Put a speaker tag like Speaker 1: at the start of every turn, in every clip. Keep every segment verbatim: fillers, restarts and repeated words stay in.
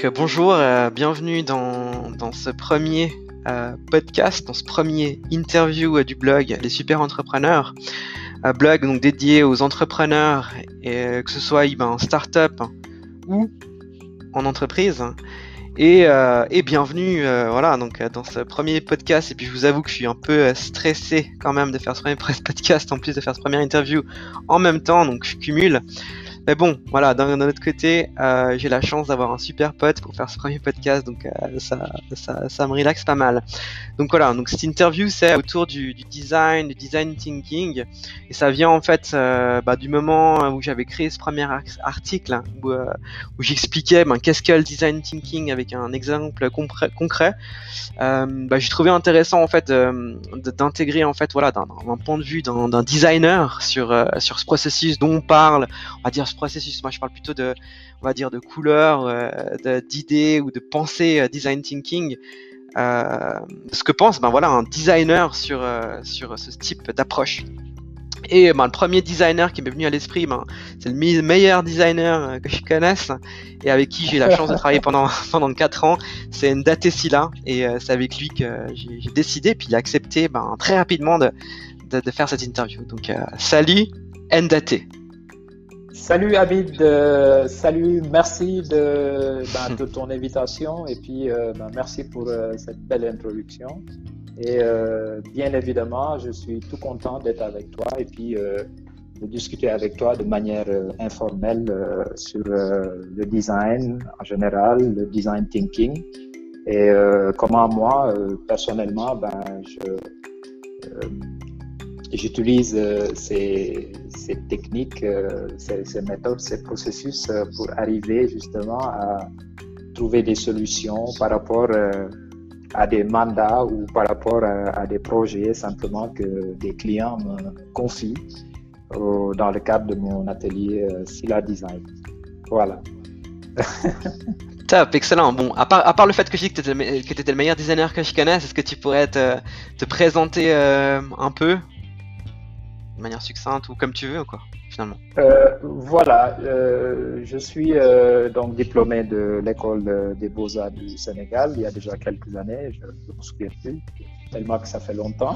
Speaker 1: euh, bonjour, euh, bienvenue dans, dans ce premier euh, podcast, dans ce premier interview euh, du blog Les Super Entrepreneurs. Un blog donc dédié aux entrepreneurs, et, euh, que ce soit ben, en start-up ou en entreprise. Et, euh, et bienvenue euh, voilà, donc, dans ce premier podcast. Et puis je vous avoue que je suis un peu stressé quand même de faire ce premier podcast, en plus de faire ce premier interview en même temps, donc je cumule. Mais bon, voilà, d'un autre côté, euh, j'ai la chance d'avoir un super pote pour faire ce premier podcast, donc euh, ça, ça, ça me relaxe pas mal. Donc voilà, donc cette interview, c'est autour du, du design, du design thinking, et ça vient en fait euh, bah, du moment où j'avais créé ce premier article, hein, où, euh, où j'expliquais ben, qu'est-ce que le design thinking avec un exemple concret. Euh, bah, j'ai trouvé intéressant en fait euh, d'intégrer en fait voilà d'un, d'un point de vue d'un, d'un designer sur euh, sur ce processus dont on parle. On va dire ce processus. Moi, je parle plutôt de, on va dire de couleurs, euh, de, d'idées ou de pensée euh, design thinking. Euh, ce que pense ben voilà un designer sur euh, sur ce type d'approche. Et ben, le premier designer qui m'est venu à l'esprit, ben, c'est le meilleur designer que je connaisse et avec qui j'ai la chance de travailler pendant pendant quatre ans. C'est Ndate Sylla, et euh, c'est avec lui que j'ai, j'ai décidé, puis il a accepté ben, très rapidement de, de, de faire cette interview. Donc euh, salut Ndate.
Speaker 2: Salut Abid, euh, salut, merci de, ben, de ton invitation et puis euh, ben, merci pour euh, cette belle introduction. Et euh, bien évidemment, je suis tout content d'être avec toi et puis euh, de discuter avec toi de manière euh, informelle euh, sur euh, le design en général, le design thinking et euh, comment moi, euh, personnellement, ben, je, euh, j'utilise euh, ces, ces techniques, euh, ces, ces méthodes, ces processus euh, pour arriver justement à trouver des solutions par rapport euh, à des mandats ou par rapport à, à des projets simplement que des clients me confient euh, dans le cadre de mon atelier euh, Sylla Design. Voilà.
Speaker 1: Top, excellent. Bon, à part, à part le fait que je dis que tu étais le meilleur designer que je connaisse, est-ce que tu pourrais te, te présenter euh, un peu de manière succincte ou comme tu veux, quoi, finalement?
Speaker 2: Euh, voilà, euh, je suis euh, donc diplômé de l'école des Beaux-Arts du Sénégal il y a déjà quelques années, je ne me souviens plus, tellement que ça fait longtemps.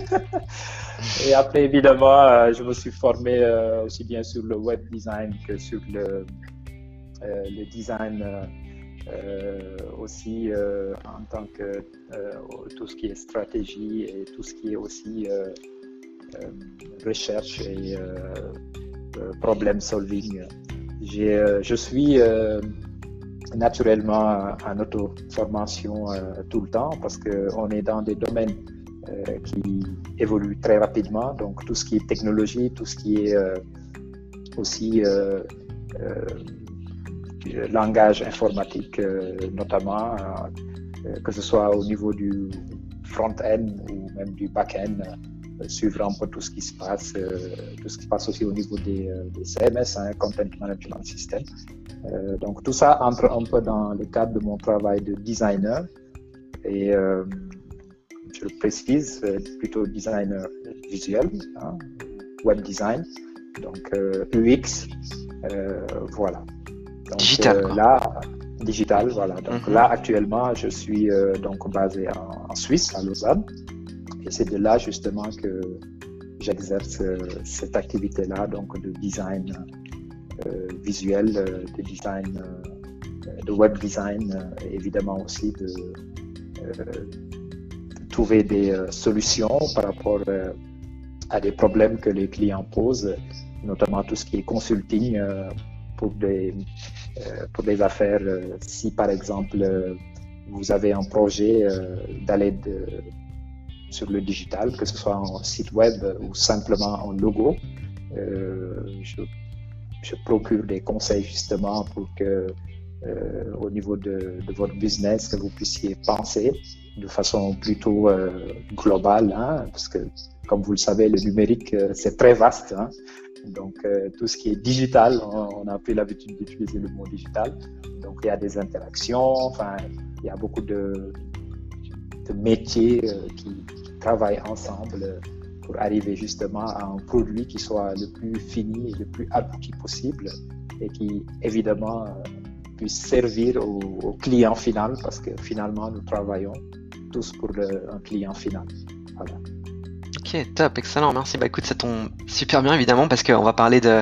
Speaker 2: Et après, évidemment, euh, je me suis formé euh, aussi bien sur le web design que sur le, euh, le design euh, aussi euh, en tant que euh, tout ce qui est stratégie et tout ce qui est aussi euh, euh, recherche et euh, euh, problem solving. J'ai, euh, je suis euh, naturellement en auto-formation euh, tout le temps parce qu'on est dans des domaines euh, qui évoluent très rapidement, donc tout ce qui est technologie, tout ce qui est euh, aussi euh, euh, langage informatique euh, notamment, euh, que ce soit au niveau du front-end ou même du back-end, euh, suivre un peu tout ce qui se passe, euh, tout ce qui se passe aussi au niveau des, euh, des C M S, hein, Content Management System. Euh, donc tout ça entre un peu dans le cadre de mon travail de designer et euh, je le précise, plutôt designer visuel, hein, web design, donc euh, U X, euh, voilà. Donc,
Speaker 1: digital,
Speaker 2: euh, là, digital, voilà. Donc mm-hmm. Là, actuellement, je suis euh, donc basé en, en Suisse, à Lausanne, et c'est de là justement que j'exerce euh, cette activité-là, donc de design euh, visuel, euh, de design, euh, de web design, euh, et évidemment aussi de euh, trouver des euh, solutions par rapport euh, à des problèmes que les clients posent, notamment tout ce qui est consulting euh, pour des euh, pour des affaires. Euh, si par exemple euh, vous avez un projet euh, d'aller de, sur le digital, que ce soit en site web ou simplement en logo, euh, je, je procure des conseils justement pour que euh, au niveau de, de votre business, que vous puissiez penser de façon plutôt euh, globale, hein, parce que comme vous le savez, le numérique euh, c'est très vaste, hein. Donc euh, tout ce qui est digital, on, on a pris l'habitude d'utiliser le mot digital, donc il y a des interactions, enfin il y a beaucoup de, de métiers euh, qui, qui travaillent ensemble pour arriver justement à un produit qui soit le plus fini et le plus abouti possible et qui évidemment euh, puisse servir au, au client final, parce que finalement, nous travaillons tous pour le, un client final. Voilà.
Speaker 1: Ok, top, excellent, merci. Bah écoute, ça tombe super bien évidemment parce qu'on va parler de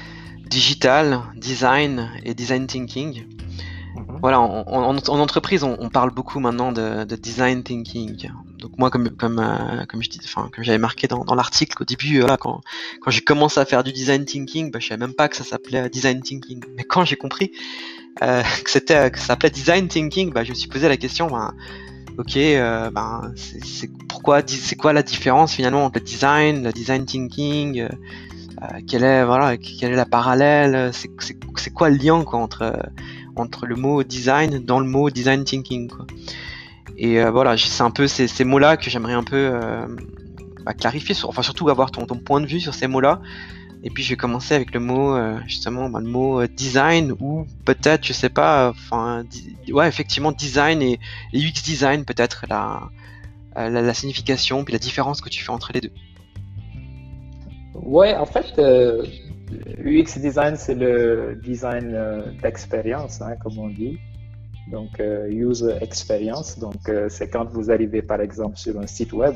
Speaker 1: digital, design et design thinking. Mm-hmm. Voilà, en, en, en entreprise, on, on parle beaucoup maintenant de, de design thinking. Donc moi, comme comme euh, comme je dis, enfin comme j'avais marqué dans, dans l'article au début, voilà, quand quand j'ai commencé à faire du design thinking, bah, je savais même pas que ça s'appelait design thinking. Mais quand j'ai compris euh, que c'était que ça s'appelait design thinking, bah je me suis posé la question, bah, ok, euh, ben c'est, c'est pourquoi, c'est quoi la différence finalement entre le design, le design thinking, euh, euh, quelle est voilà, quelle est la parallèle, c'est c'est, c'est quoi le lien quoi entre entre le mot design dans le mot design thinking quoi. Et euh, voilà, c'est un peu ces, ces mots-là que j'aimerais un peu euh, bah, clarifier, sur, enfin surtout avoir ton, ton point de vue sur ces mots-là. Et puis je vais commencer avec le mot euh, justement bah, le mot euh, design ou peut-être je sais pas, enfin di- ouais effectivement design et, et U X design peut-être la, la la signification puis la différence que tu fais entre les deux.
Speaker 2: Ouais, en fait, euh, U X design c'est le design euh, d'expérience, hein, comme on dit. Donc euh, user experience. Donc euh, c'est quand vous arrivez par exemple sur un site web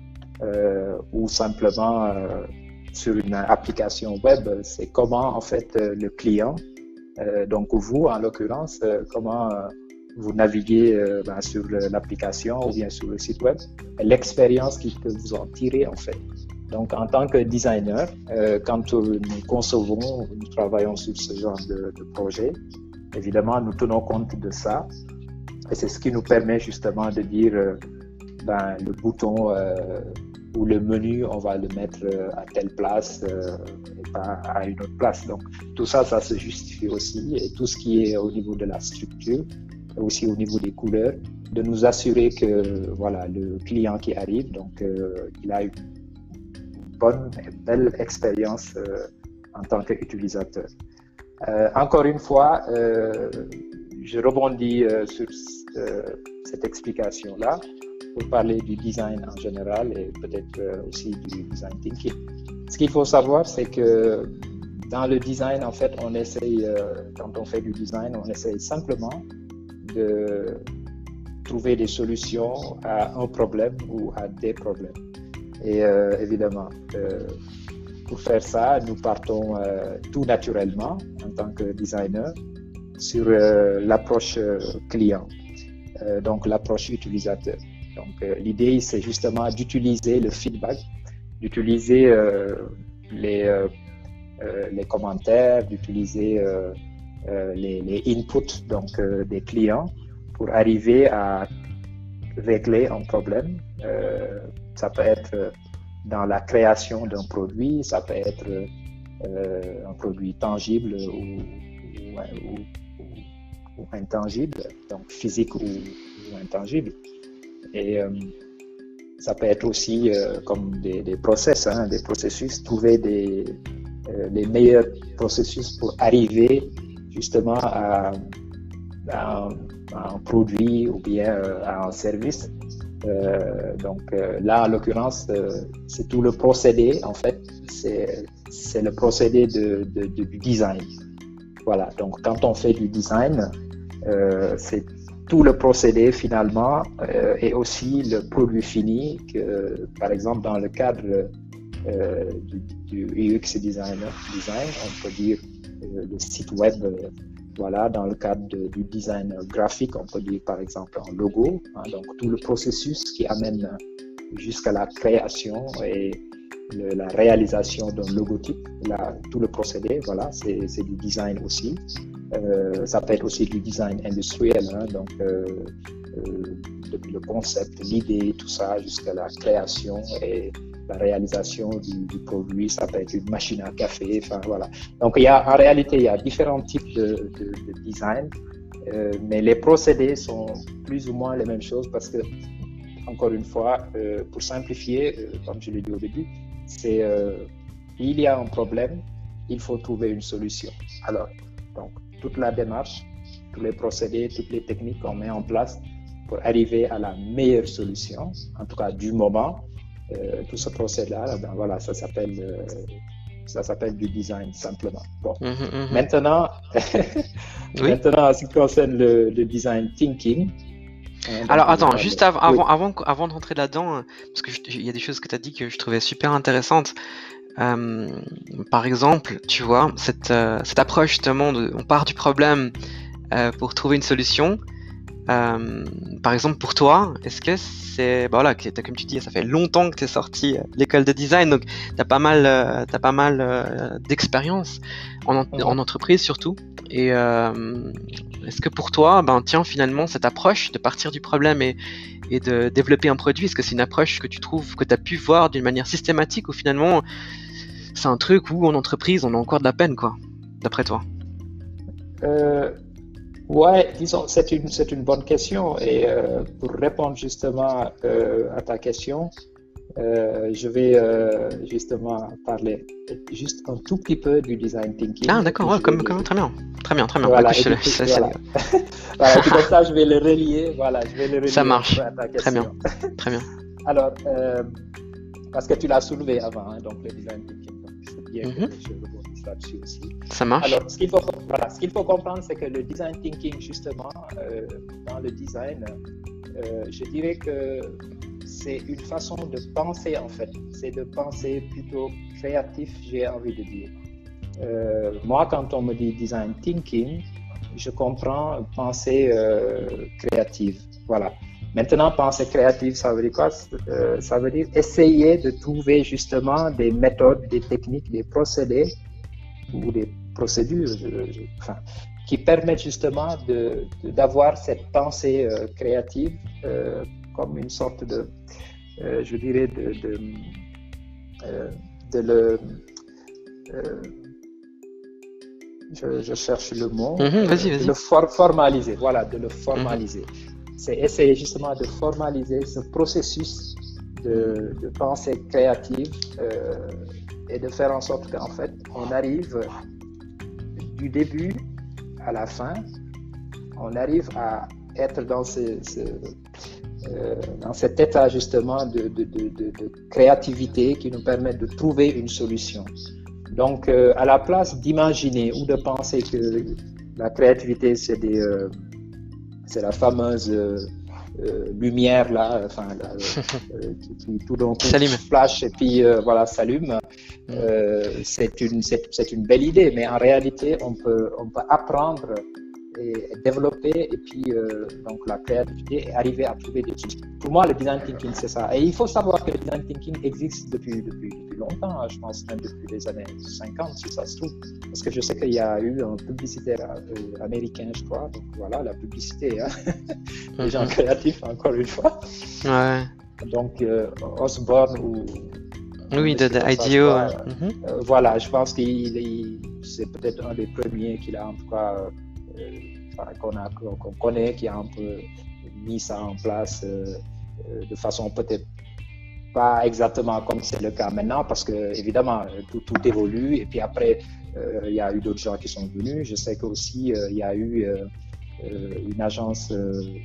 Speaker 2: euh, ou simplement euh, sur une application web, c'est comment en fait euh, le client, euh, donc vous en l'occurrence, euh, comment euh, vous naviguez euh, ben, sur le, l'application ou bien sur le site web, l'expérience qu'il peut vous en tirer en fait. Donc en tant que designer, euh, quand nous concevons, nous travaillons sur ce genre de, de projet, évidemment nous tenons compte de ça et c'est ce qui nous permet justement de dire euh, ben, le bouton euh, ou le menu, on va le mettre à telle place euh, et pas à une autre place. Donc tout ça, ça se justifie aussi. Et tout ce qui est au niveau de la structure, aussi au niveau des couleurs, de nous assurer que voilà, le client qui arrive, donc euh, il a une bonne et belle expérience euh, en tant qu'utilisateur. Euh, encore une fois, euh, je rebondis euh, sur euh, cette explication-là pour parler du design en général et peut-être euh, aussi du design thinking. Ce qu'il faut savoir, c'est que dans le design, en fait, on essaye, euh, quand on fait du design, on essaye simplement de trouver des solutions à un problème ou à des problèmes. Et euh, évidemment, euh, pour faire ça, nous partons euh, tout naturellement en tant que designer sur euh, l'approche euh, client, euh, donc l'approche utilisateur. Donc euh, l'idée, c'est justement d'utiliser le feedback, d'utiliser euh, les, euh, euh, les commentaires, d'utiliser euh, euh, les, les inputs donc, euh, des clients pour arriver à régler un problème. Euh, ça peut être dans la création d'un produit, ça peut être euh, un produit tangible ou, ou, ou, ou intangible, donc physique ou, ou intangible. Et euh, ça peut être aussi euh, comme des, des process, hein, des processus, trouver des, euh, les meilleurs processus pour arriver justement à, à, un, à un produit ou bien euh, à un service. Euh, donc euh, là, en l'occurrence, euh, c'est tout le procédé, en fait, c'est, c'est le procédé de, de, de, du design. Voilà, donc quand on fait du design, euh, c'est tout le procédé finalement euh, et aussi le produit fini que, par exemple, dans le cadre euh, du, du U X design, design, on peut dire euh, le site web. Euh, Voilà, dans le cadre de, du design graphique, on peut dire par exemple un logo, hein, donc tout le processus qui amène jusqu'à la création et le, la réalisation d'un logotype, là, tout le procédé, voilà, c'est, c'est du design aussi. Euh, ça peut être aussi du design industriel, hein, donc euh, euh, depuis le concept, l'idée, tout ça, jusqu'à la création et la réalisation du, du produit, ça peut être une machine à café, enfin voilà. Donc il y a, en réalité, il y a différents types de, de, de design, euh, mais les procédés sont plus ou moins les mêmes choses parce que, encore une fois, euh, pour simplifier, euh, comme je l'ai dit au début, c'est euh, il y a un problème, il faut trouver une solution. Alors, donc toute la démarche, tous les procédés, toutes les techniques qu'on met en place pour arriver à la meilleure solution, en tout cas du moment. Euh, tout ce procédé-là, ben voilà, ça s'appelle, euh, ça s'appelle du design simplement. Bon, mmh, mmh. Maintenant,
Speaker 1: Oui.
Speaker 2: Maintenant, en ce qui concerne le, le design thinking.
Speaker 1: Hein, Alors attends, juste av avant, oui. avant, avant de rentrer là-dedans, parce qu'il y a des choses que tu as dit que je trouvais super intéressantes. Euh, par exemple, tu vois, cette, euh, cette approche justement, de, on part du problème euh, pour trouver une solution. Euh, par exemple, pour toi, est-ce que c'est, bah voilà, comme tu dis, ça fait longtemps que tu es sorti de l'école de design, donc tu as pas mal, euh, t'as pas mal euh, d'expérience en, en, mmh. en entreprise surtout. Et euh, est-ce que pour toi, ben tiens, finalement, cette approche de partir du problème et, et de développer un produit, est-ce que c'est une approche que tu trouves, que tu as pu voir d'une manière systématique, ou finalement, c'est un truc où en entreprise, on a encore de la peine, quoi, d'après toi?
Speaker 2: euh... Ouais, disons, c'est une, c'est une bonne question. Et euh, pour répondre justement euh, à ta question, euh, je vais euh, justement parler juste un tout petit peu du design thinking.
Speaker 1: Ah, d'accord, ouais, comme, comme, très bien, très bien, très bien.
Speaker 2: Voilà,
Speaker 1: bah, écoute,
Speaker 2: puis,
Speaker 1: je,
Speaker 2: voilà. Voilà, et puis comme ça, je vais le relier. Voilà, je vais le relier
Speaker 1: ça marche,
Speaker 2: à ta question.
Speaker 1: Très bien, très bien.
Speaker 2: Alors, euh, parce que tu l'as soulevé avant, hein, donc le design thinking. Donc, c'est bien mm-hmm. que je rebondisse là-dessus aussi.
Speaker 1: Ça marche.
Speaker 2: Alors, ce qu'il faut, voilà, ce qu'il faut comprendre, c'est que le design thinking, justement, euh, dans le design, euh, je dirais que c'est une façon de penser, en fait. C'est de penser plutôt créatif, j'ai envie de dire. Euh, moi, quand on me dit design thinking, je comprends penser euh, créative. Voilà. Maintenant, penser créative, ça veut dire quoi? euh, Ça veut dire essayer de trouver justement des méthodes, des techniques, des procédés ou des procédures je, je, enfin, qui permettent justement de, de, d'avoir cette pensée euh, créative euh, comme une sorte de, euh, je dirais, de, de, euh, de le... Euh, je, je cherche le mot.
Speaker 1: Mmh, vas-y, vas-y.
Speaker 2: De le for formaliser, voilà, de le formaliser. Mmh. C'est essayer justement de formaliser ce processus de, de pensée créative euh, et de faire en sorte qu'en fait, on arrive du début à la fin, on arrive à être dans, ce, ce, euh, dans cet état justement de, de, de, de, de créativité qui nous permet de trouver une solution. Donc, euh, à la place d'imaginer ou de penser que la créativité, c'est des... Euh, c'est la fameuse euh, euh, lumière là, enfin, là, euh, qui, qui tout d'un coup flash et puis euh, voilà s'allume. Euh, c'est une c'est, c'est une belle idée, mais en réalité on peut on peut apprendre et développer et puis euh, donc la créativité et arriver à trouver des solutions. Pour moi, le design thinking c'est ça. Et il faut savoir que le design thinking existe depuis depuis, depuis longtemps. Hein, je pense même depuis les années cinquante si ça se trouve. Parce que je sais qu'il y a eu un publicitaire euh, américain, je crois. Donc voilà, la publicité, hein. Les gens créatifs, encore une fois.
Speaker 1: Ouais.
Speaker 2: Donc euh, Osborne ou...
Speaker 1: Oui, de, de I D O.
Speaker 2: Euh, mm-hmm. euh, voilà, je pense que c'est peut-être un des premiers qu'il a en tout cas, euh, qu'on, a, qu'on connaît, qui a un peu mis ça en place euh, de façon peut-être pas exactement comme c'est le cas maintenant, parce que évidemment tout, tout évolue et puis après euh, il y a eu d'autres gens qui sont venus. Je sais qu'aussi euh, il y a eu euh, euh, une agence euh,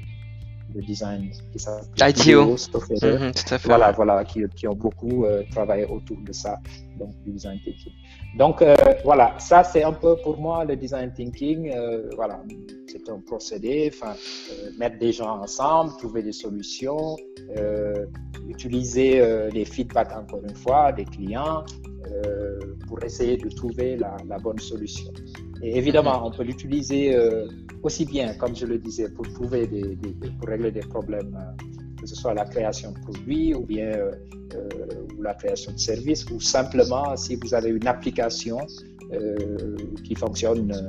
Speaker 2: de design qui s'appelle
Speaker 1: I D O.
Speaker 2: Mm-hmm, tout à fait. Voilà, voilà, qui, qui ont beaucoup euh, travaillé autour de ça, donc du design thinking. Donc euh, voilà, ça c'est un peu pour moi le design thinking. Euh, voilà, c'est un procédé, enfin euh, mettre des gens ensemble, trouver des solutions, euh, utiliser euh, les feedbacks encore une fois des clients euh, pour essayer de trouver la, la bonne solution. Et évidemment, on peut l'utiliser euh, aussi bien, comme je le disais, pour trouver des, des, des pour régler des problèmes, euh, que ce soit la création de produits ou bien euh, euh, ou la création de services, ou simplement si vous avez une application euh, qui fonctionne. Euh,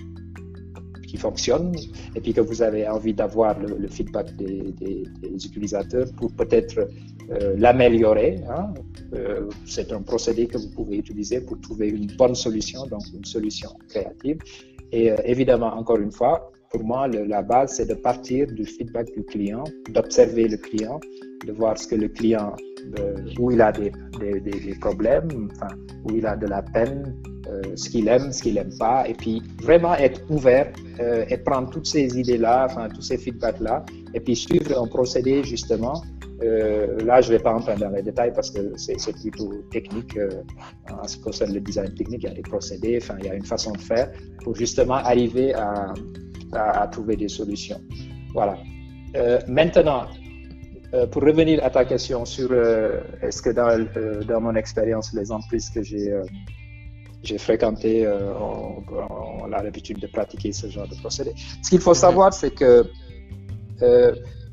Speaker 2: qui fonctionne et puis que vous avez envie d'avoir le, le feedback des, des, des utilisateurs pour peut-être euh, l'améliorer. Hein. Euh, c'est un procédé que vous pouvez utiliser pour trouver une bonne solution, donc une solution créative. Et euh, évidemment, encore une fois, pour moi, le, la base, c'est de partir du feedback du client, d'observer le client, de voir ce que le client, euh, où il a des, des, des, des problèmes, enfin, où il a de la peine, euh, ce qu'il aime, ce qu'il n'aime pas, et puis vraiment être ouvert euh, et prendre toutes ces idées-là, enfin, tous ces feedbacks-là, et puis suivre un procédé justement Euh, là, je ne vais pas entrer dans les détails parce que c'est, c'est plutôt technique. Euh, en ce qui concerne le design technique, il y a des procédés, enfin, il y a une façon de faire pour justement arriver à, à, à trouver des solutions. Voilà. Euh, maintenant, euh, pour revenir à ta question sur euh, est-ce que dans, euh, dans mon expérience, les entreprises que j'ai euh, j'ai fréquentées euh, ont, ont l'habitude de pratiquer ce genre de procédé. Ce qu'il faut savoir, c'est que euh,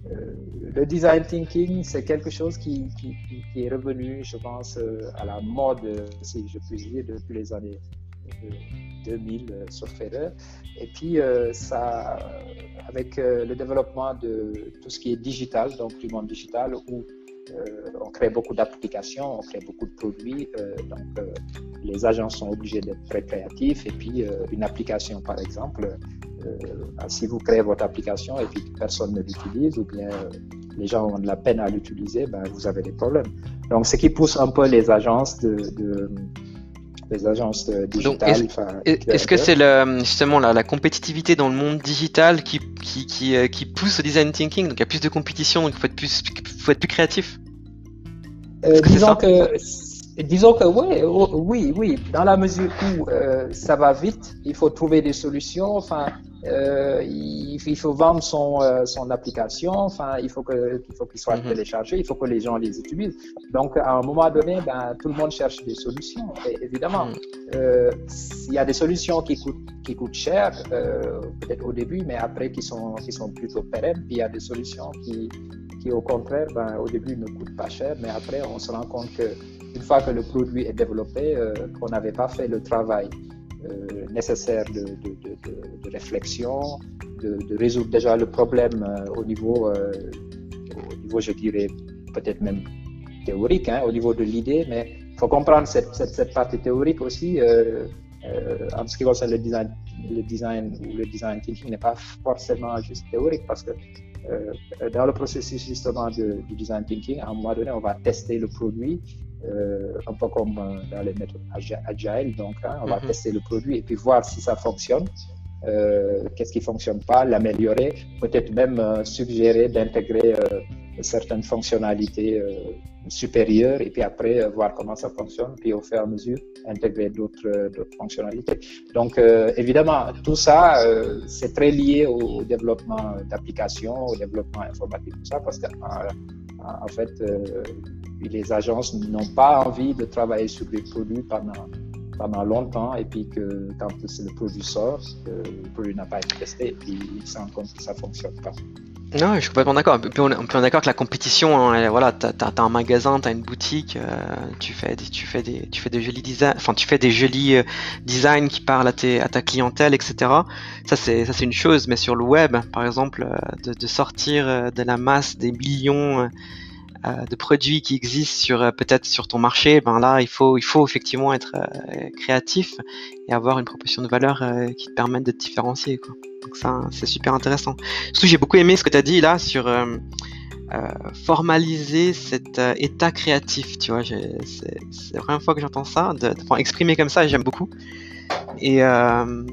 Speaker 2: le design thinking, c'est quelque chose qui, qui, qui est revenu, je pense, à la mode, si je puis dire, depuis les années deux mille, sauf erreur. Et puis, euh, ça, avec euh, le développement de tout ce qui est digital, donc du monde digital, où euh, on crée beaucoup d'applications, on crée beaucoup de produits, euh, donc euh, les agents sont obligés d'être très créatifs. Et puis, euh, une application, par exemple, euh, si vous créez votre application et puis personne ne l'utilise, ou bien euh, les gens ont de la peine à l'utiliser, ben, vous avez des problèmes. Donc, ce qui pousse un peu les agences de, de les agences digitales.
Speaker 1: Donc, est-ce, est-ce que c'est le, justement la, la compétitivité dans le monde digital qui, qui, qui, euh, qui pousse au design thinking? Donc il y a plus de compétition, donc il faut être plus, faut être plus créatif.
Speaker 2: Euh, disons que, disons que oui, oui, oui, dans la mesure où euh, ça va vite, il faut trouver des solutions. Enfin, euh, il, il faut vendre son, euh, son application. Enfin, il faut que, il faut qu'il soit mm-hmm. téléchargé. Il faut que les gens les utilisent. Donc, à un moment donné, ben, tout le monde cherche des solutions. Et évidemment, mm. euh, il y a des solutions qui coûtent, qui coûtent cher, euh, peut-être au début, mais après qui sont, qui sont plutôt pérennes. Puis il y a des solutions qui, qui au contraire, ben, au début ne coûtent pas cher, mais après, on se rend compte que une fois que le produit est développé, euh, qu'on n'avait pas fait le travail euh, nécessaire de, de, de, de, de réflexion, de, de résoudre déjà le problème euh, au niveau, euh, au niveau, je dirais, peut-être même théorique, hein, au niveau de l'idée, mais il faut comprendre cette, cette, cette partie théorique aussi. Euh, euh, en ce qui concerne le design, le design ou le design thinking n'est pas forcément juste théorique, parce que euh, dans le processus justement de, du design thinking, à un moment donné, on va tester le produit. Euh, un peu comme euh, dans les méthodes agile, donc hein, on va mm-hmm. tester le produit et puis voir si ça fonctionne, euh, qu'est-ce qui fonctionne pas, l'améliorer, peut-être même euh, suggérer d'intégrer euh, certaines fonctionnalités euh, supérieures et puis après euh, voir comment ça fonctionne, puis au fur et à mesure intégrer d'autres, euh, d'autres fonctionnalités. Donc euh, évidemment tout ça euh, c'est très lié au, au développement d'applications, au développement informatique, tout ça, parce que en, en fait euh, les agences n'ont pas envie de travailler sur des produits pendant, pendant longtemps et puis que quand le produit sort, le produit n'a pas été testé et puis ils se rendent compte que ça ne fonctionne pas.
Speaker 1: Non, je suis complètement d'accord. Puis on, puis on est d'accord que la compétition, hein, voilà, t'as, t'as, t'as un magasin, t'as une boutique, euh, tu fais des, tu fais des, tu fais des jolis designs, enfin tu fais des jolis euh, designs qui parlent à, tes, à ta clientèle, et cetera. Ça c'est, ça c'est une chose, mais sur le web, par exemple, euh, de, de sortir euh, de la masse des millions euh, de produits qui existent sur euh, peut-être sur ton marché, ben là il faut, il faut effectivement être euh, créatif et avoir une proposition de valeur euh, qui te permette de te différencier, quoi. Donc ça, c'est super intéressant. Surtout, j'ai beaucoup aimé ce que tu as dit là sur euh, euh, formaliser cet euh, état créatif. Tu vois, j'ai, c'est, c'est la première fois que j'entends ça, de, de, enfin, exprimer comme ça, j'aime beaucoup. Et, euh,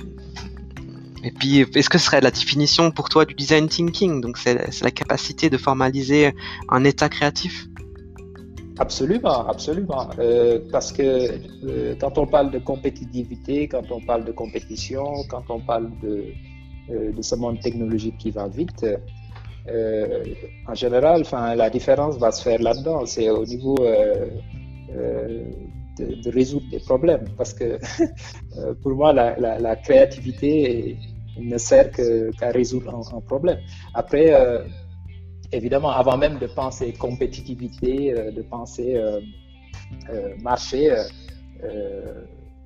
Speaker 1: et puis, est-ce que ce serait la définition pour toi du design thinking? Donc, c'est, c'est la capacité de formaliser un état créatif?
Speaker 2: Absolument, absolument. Euh, parce que euh, quand on parle de compétitivité, quand on parle de compétition, quand on parle de, euh, de ce monde technologique qui va vite, euh, en général, enfin, la différence va se faire là-dedans. C'est au niveau euh, euh, de, de résoudre des problèmes. Parce que pour moi, la, la, la créativité ne sert que, qu'à résoudre un, un problème. Après, euh, évidemment, avant même de penser compétitivité, euh, de penser euh, euh, marché, euh, euh,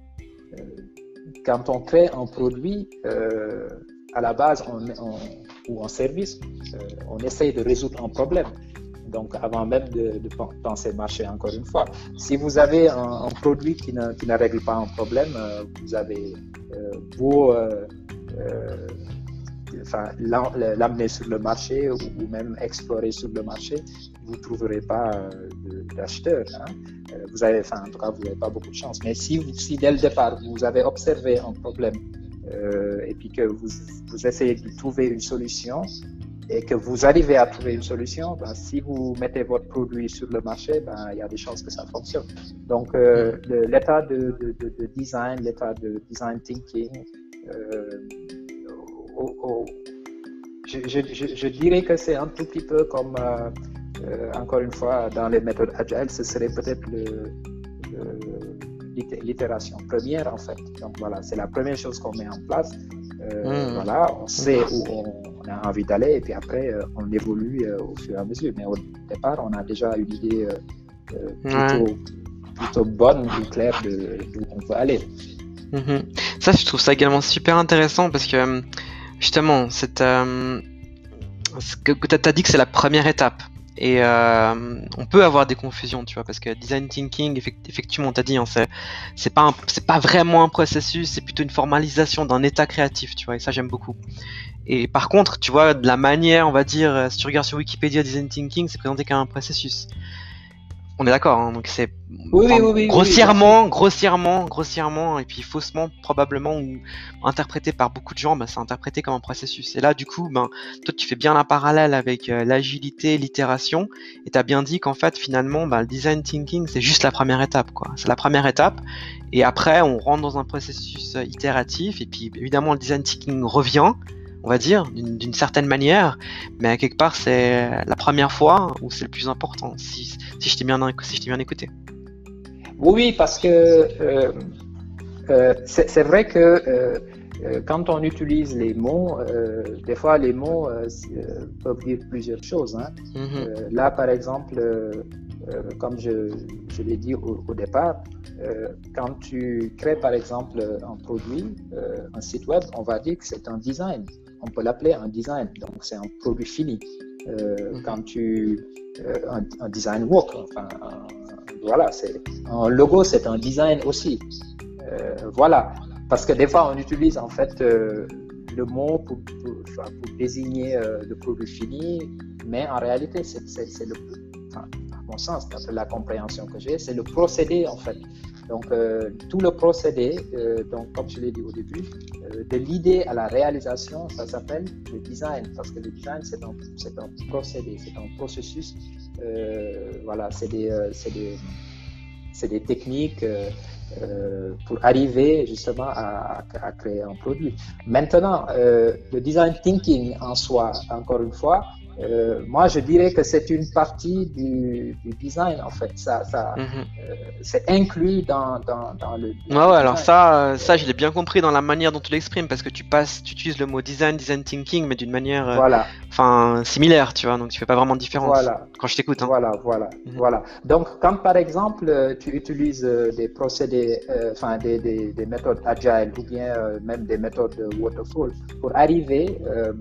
Speaker 2: quand on crée un produit, euh, à la base, on, on, ou un service, euh, on essaye de résoudre un problème. Donc, avant même de, de penser marché, encore une fois. Si vous avez un, un produit qui ne, qui ne règle pas un problème, euh, vous avez euh, beau euh, euh, enfin, l'amener sur le marché ou même explorer sur le marché, vous ne trouverez pas euh, d'acheteurs. Hein. Vous avez, enfin, en tout cas, vous n'avez pas beaucoup de chance. Mais si, si dès le départ, vous avez observé un problème euh, et puis que vous, vous essayez de trouver une solution, et que vous arrivez à trouver une solution, ben, si vous mettez votre produit sur le marché, ben, il y a des chances que ça fonctionne. Donc, euh, le, l'état de, de, de, de design, l'état de design thinking, euh, au, au, je, je, je, je dirais que c'est un tout petit peu comme, euh, euh, encore une fois, dans les méthodes agiles, ce serait peut-être le, le, l'itération première, en fait. Donc, voilà, c'est la première chose qu'on met en place. Euh, mmh. Voilà, on sait où on, on a envie d'aller et puis après, euh, on évolue euh, au fur et à mesure. Mais au départ, on a déjà une idée euh, euh, plutôt, ouais. plutôt bonne ou claire de d'où on veut aller.
Speaker 1: Mmh. Ça, je trouve ça également super intéressant parce que justement, c'est, euh, ce que, que tu as dit que c'est la première étape. Et euh, on peut avoir des confusions, tu vois, parce que design thinking, effectivement, on t'a dit, hein, c'est, c'est pas un, c'est pas vraiment un processus, c'est plutôt une formalisation d'un état créatif, tu vois, et ça j'aime beaucoup. Et par contre, tu vois, de la manière, on va dire, si tu regardes sur Wikipédia, design thinking, c'est présenté comme un processus. On est d'accord, hein, donc c'est
Speaker 2: oui, enfin, oui, oui,
Speaker 1: grossièrement,
Speaker 2: oui,
Speaker 1: grossièrement, grossièrement, et puis faussement probablement ou interprété par beaucoup de gens, bah, c'est interprété comme un processus. Et là, du coup, ben, toi, tu fais bien la parallèle avec euh, l'agilité, l'itération, et t'as bien dit qu'en fait, finalement, ben, le design thinking, c'est juste la première étape, quoi. C'est la première étape, et après, on rentre dans un processus euh, itératif, et puis évidemment, le design thinking revient. On va dire, d'une, d'une certaine manière, mais à quelque part, c'est la première fois où c'est le plus important, si, si, je, t'ai bien, si je t'ai bien écouté.
Speaker 2: Oui, parce que euh, euh, c'est, c'est vrai que euh, euh, quand on utilise les mots, euh, des fois les mots euh, peuvent dire plusieurs choses. Hein. Mm-hmm. Euh, là, par exemple, euh, euh, comme je, je l'ai dit au, au départ, euh, quand tu crées par exemple un produit, euh, un site web, on va dire que c'est un design. On peut l'appeler un design, donc c'est un produit fini. Euh, mm-hmm. Quand tu euh, un, un design work, enfin, un, voilà, c'est un logo, c'est un design aussi. Euh, voilà, parce que des fois on utilise en fait euh, le mot pour, pour, pour désigner euh, le produit fini, mais en réalité c'est, c'est, c'est le, enfin, à mon sens, d'après la compréhension que j'ai, c'est le procédé en fait. Donc, euh, tout le procédé, euh, donc, comme je l'ai dit au début, euh, de l'idée à la réalisation, ça s'appelle le design, parce que le design, c'est un, c'est un procédé, c'est un processus. Euh, voilà, c'est des, euh, c'est des, c'est des techniques euh, euh, pour arriver justement à, à créer un produit. Maintenant, euh, le design thinking en soi, encore une fois, Euh, moi, je dirais que c'est une partie du, du design, en fait. Ça, ça, mm-hmm. euh, c'est inclus dans, dans, dans le.
Speaker 1: Dans ouais, le ouais, alors ça, ça, je l'ai bien compris dans la manière dont tu l'exprimes, parce que tu passes, tu utilises le mot design, design thinking, mais d'une manière,
Speaker 2: voilà.
Speaker 1: enfin, similaire, tu vois. Donc, tu fais pas vraiment de différence.
Speaker 2: Voilà.
Speaker 1: Quand je t'écoute. Hein.
Speaker 2: Voilà, voilà, mm-hmm. voilà. Donc, quand par exemple, tu utilises des procédés, enfin, euh, des, des, des méthodes agile ou bien euh, même des méthodes waterfall pour arriver. Euh,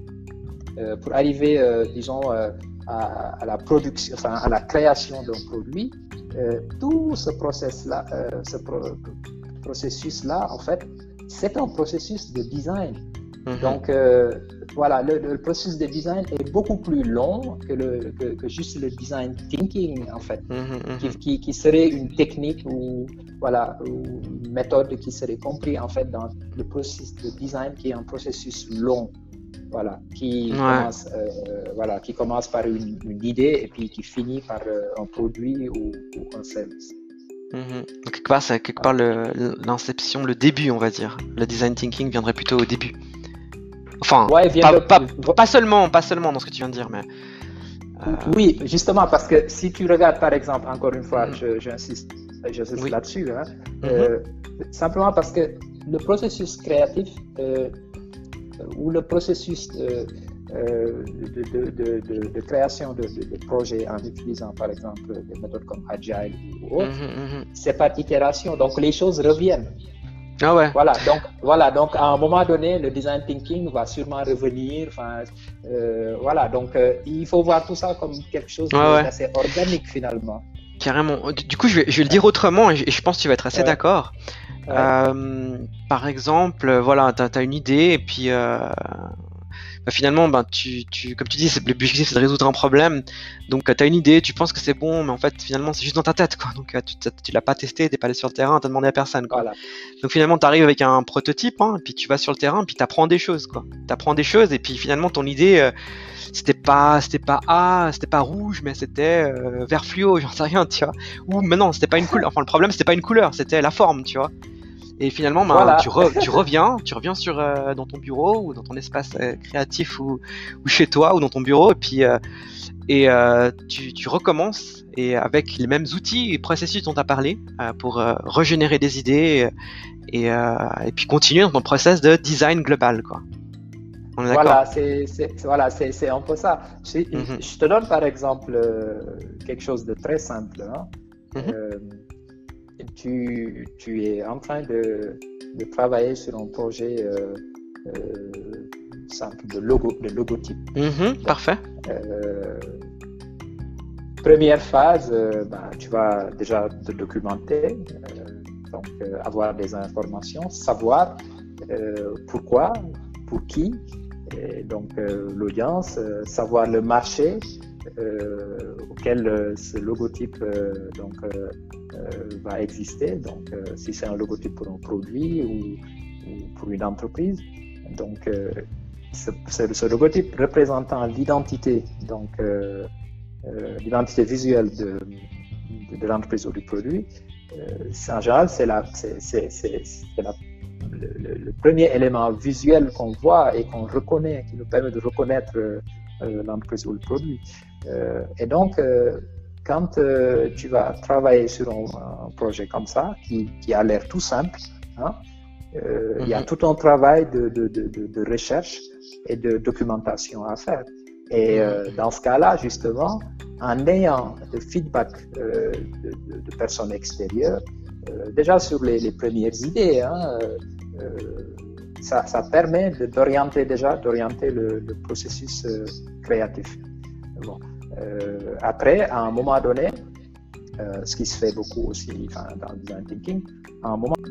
Speaker 2: Euh, pour arriver, euh, disons, euh, à, à la production, enfin, à la création d'un produit, euh, tout ce process-là, euh, ce pro- processus-là, en fait, c'est un processus de design. Mm-hmm. Donc, euh, voilà, le, le processus de design est beaucoup plus long que, le, que, que juste le design thinking, en fait, mm-hmm. qui, qui, qui serait une technique ou, voilà, ou une méthode qui serait comprise, en fait, dans le processus de design qui est un processus long. Voilà, qui, ouais. commence, euh, voilà, qui commence par une, une idée et puis qui finit par euh, un produit ou, ou un service.
Speaker 1: Mm-hmm. Donc, quelque part, c'est quelque part le, l'inception, le début, on va dire. Le design thinking viendrait plutôt au début. Enfin,
Speaker 2: ouais,
Speaker 1: pas,
Speaker 2: de...
Speaker 1: pas, pas seulement, pas seulement dans ce que tu viens de dire, mais.
Speaker 2: Euh... Oui, justement, parce que si tu regardes, par exemple, encore une fois, mm-hmm. je, j'insiste, j'insiste oui. là-dessus, hein, mm-hmm. euh, simplement parce que le processus créatif. Euh, ou le processus de, de, de, de, de, de création de, de, de projets en utilisant par exemple des méthodes comme Agile ou autre, mm-hmm. c'est par itération, donc les choses reviennent.
Speaker 1: Ah ouais.
Speaker 2: Voilà, donc, voilà, donc à un moment donné, le design thinking va sûrement revenir. Euh, voilà, donc euh, il faut voir tout ça comme quelque chose ah ouais. d'assez organique finalement.
Speaker 1: Carrément. Du coup, je vais, je vais le dire autrement et je, et je pense que tu vas être assez ouais. d'accord. Ouais. Euh, par exemple, voilà, t'as, t'as une idée et puis, euh, bah, finalement, ben, tu, tu, comme tu dis, c'est, l'objectif c'est de résoudre un problème. Donc, euh, tu as une idée, tu penses que c'est bon, mais en fait, finalement, c'est juste dans ta tête, quoi. Donc, euh, tu, tu l'as pas testé, t'es pas allé sur le terrain, t'as demandé à personne, quoi.
Speaker 2: Voilà.
Speaker 1: Donc, finalement, tu arrives avec un prototype, hein, puis tu vas sur le terrain, puis tu apprends des choses, quoi. Tu apprends des choses, et puis finalement, ton idée, euh, c'était pas, c'était pas A, c'était pas rouge, mais c'était euh, vert fluo, j'en sais rien, tu vois. Ou, mais non, c'était pas une couleur. Enfin, le problème, c'était pas une couleur, c'était la forme, tu vois. Et finalement, ben,
Speaker 2: Voilà.
Speaker 1: tu, re, tu reviens, tu reviens sur euh, dans ton bureau ou dans ton espace euh, créatif ou, ou chez toi ou dans ton bureau et puis euh, et euh, tu, tu recommences et avec les mêmes outils et processus dont tu as parlé euh, pour euh, régénérer des idées et, et, euh, et puis continuer dans ton process de design global, quoi. On est d'accord?
Speaker 2: Voilà, c'est, c'est, voilà, c'est, c'est un peu ça. Je,
Speaker 1: Mm-hmm.
Speaker 2: je te donne par exemple euh, quelque chose de très simple. Hein.
Speaker 1: Mm-hmm.
Speaker 2: Euh, tu, tu es en train de, de travailler sur un projet euh, euh, simple de, logo, de logotype.
Speaker 1: Mm-hmm. Parfait.
Speaker 2: Euh, première phase, euh, ben, tu vas déjà te documenter, euh, donc euh, avoir des informations, savoir euh, pourquoi, pour qui, et donc euh, l'audience, euh, savoir le marché euh, auquel euh, ce logotype euh, donc, euh, euh, va exister. Donc euh, si c'est un logotype pour un produit ou, ou pour une entreprise, donc euh, ce, ce, ce logotype représentant l'identité, donc euh, euh, l'identité visuelle de, de, de l'entreprise ou du produit, euh, en général c'est la, c'est, c'est, c'est, c'est la Le, le, le premier élément visuel qu'on voit et qu'on reconnaît, qui nous permet de reconnaître euh, l'entreprise ou le produit. Euh, et donc, euh, quand euh, tu vas travailler sur un, un projet comme ça, qui, qui a l'air tout simple, hein, euh, mm-hmm. il y a tout un travail de, de, de, de recherche et de documentation à faire. Et euh, dans ce cas-là, justement, en ayant le feedback euh, de, de, de personnes extérieures, euh, déjà sur les, les premières idées, hein, euh, ça, ça permet de, d'orienter déjà d'orienter le, le processus euh, créatif. Bon. Euh, après, à un moment donné, euh, ce qui se fait beaucoup aussi enfin, dans le design thinking, à un moment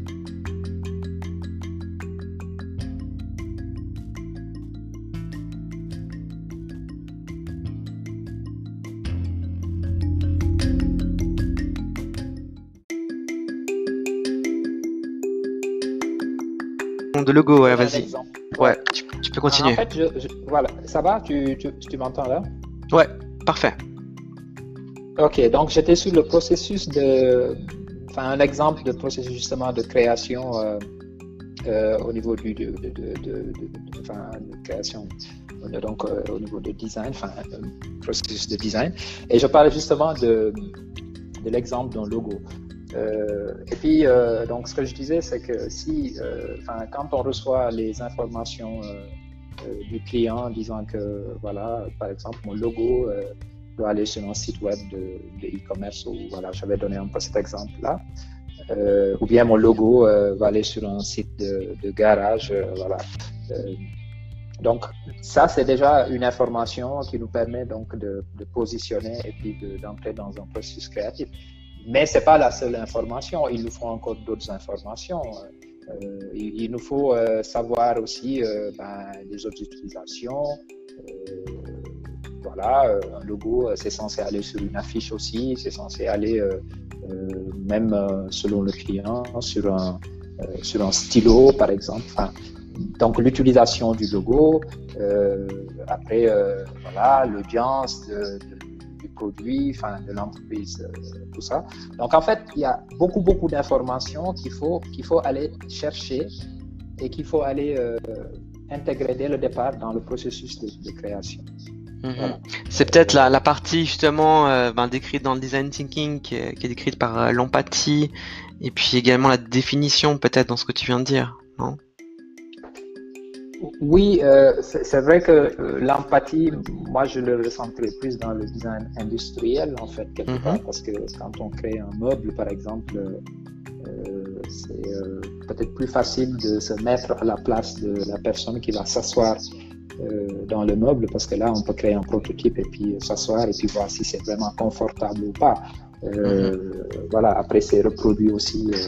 Speaker 1: de logo, ouais, vas-y. Ouais, ouais tu, tu peux continuer.
Speaker 2: En fait, je, je, voilà, ça va, tu, tu, tu m'entends là?
Speaker 1: Ouais, parfait.
Speaker 2: Ok, donc j'étais sur le processus de, enfin un exemple de processus justement de création euh, euh, au niveau du, de, de, de, de, de, de, enfin, de création, donc euh, au niveau de design, enfin processus de design. Et je parlais justement de, de l'exemple d'un logo. Euh, et puis, euh, donc, ce que je disais, c'est que si, euh, quand on reçoit les informations euh, euh, du client disant que, voilà, par exemple, mon logo euh, doit aller sur un site web de, de e-commerce, ou voilà, j'avais donné un peu cet exemple-là, euh, ou bien mon logo euh, va aller sur un site de, de garage, euh, voilà. Euh, donc, ça, c'est déjà une information qui nous permet donc de, de positionner et puis de, d'entrer dans un processus créatif. Mais ce n'est pas la seule information, il nous faut encore d'autres informations. Euh, il, il nous faut euh, savoir aussi euh, ben, les autres utilisations. Euh, voilà, un logo, c'est censé aller sur une affiche aussi, c'est censé aller, euh, euh, même euh, selon le client, sur un, euh, sur un stylo, par exemple. Enfin, donc, l'utilisation du logo, euh, après, euh, voilà, l'audience de, de du produit, enfin de l'entreprise, euh, tout ça. Donc en fait, il y a beaucoup beaucoup d'informations qu'il faut qu'il faut aller chercher et qu'il faut aller euh, intégrer dès le départ dans le processus de, de création.
Speaker 1: Mm-hmm. Voilà. C'est peut-être la, la partie justement euh, ben, décrite dans le design thinking qui est, qui est décrite par euh, l'empathie et puis également la définition peut-être dans ce que tu viens de dire, non?
Speaker 2: Oui, euh, c'est, c'est vrai que euh, l'empathie, moi je le ressentirais plus dans le design industriel en fait, quelque mm-hmm. part, parce que quand on crée un meuble par exemple, euh, c'est euh, peut-être plus facile de se mettre à la place de la personne qui va s'asseoir euh, dans le meuble, parce que là on peut créer un prototype et puis s'asseoir et puis voir si c'est vraiment confortable ou pas. Euh, mm-hmm. Voilà, après c'est reproduit aussi euh,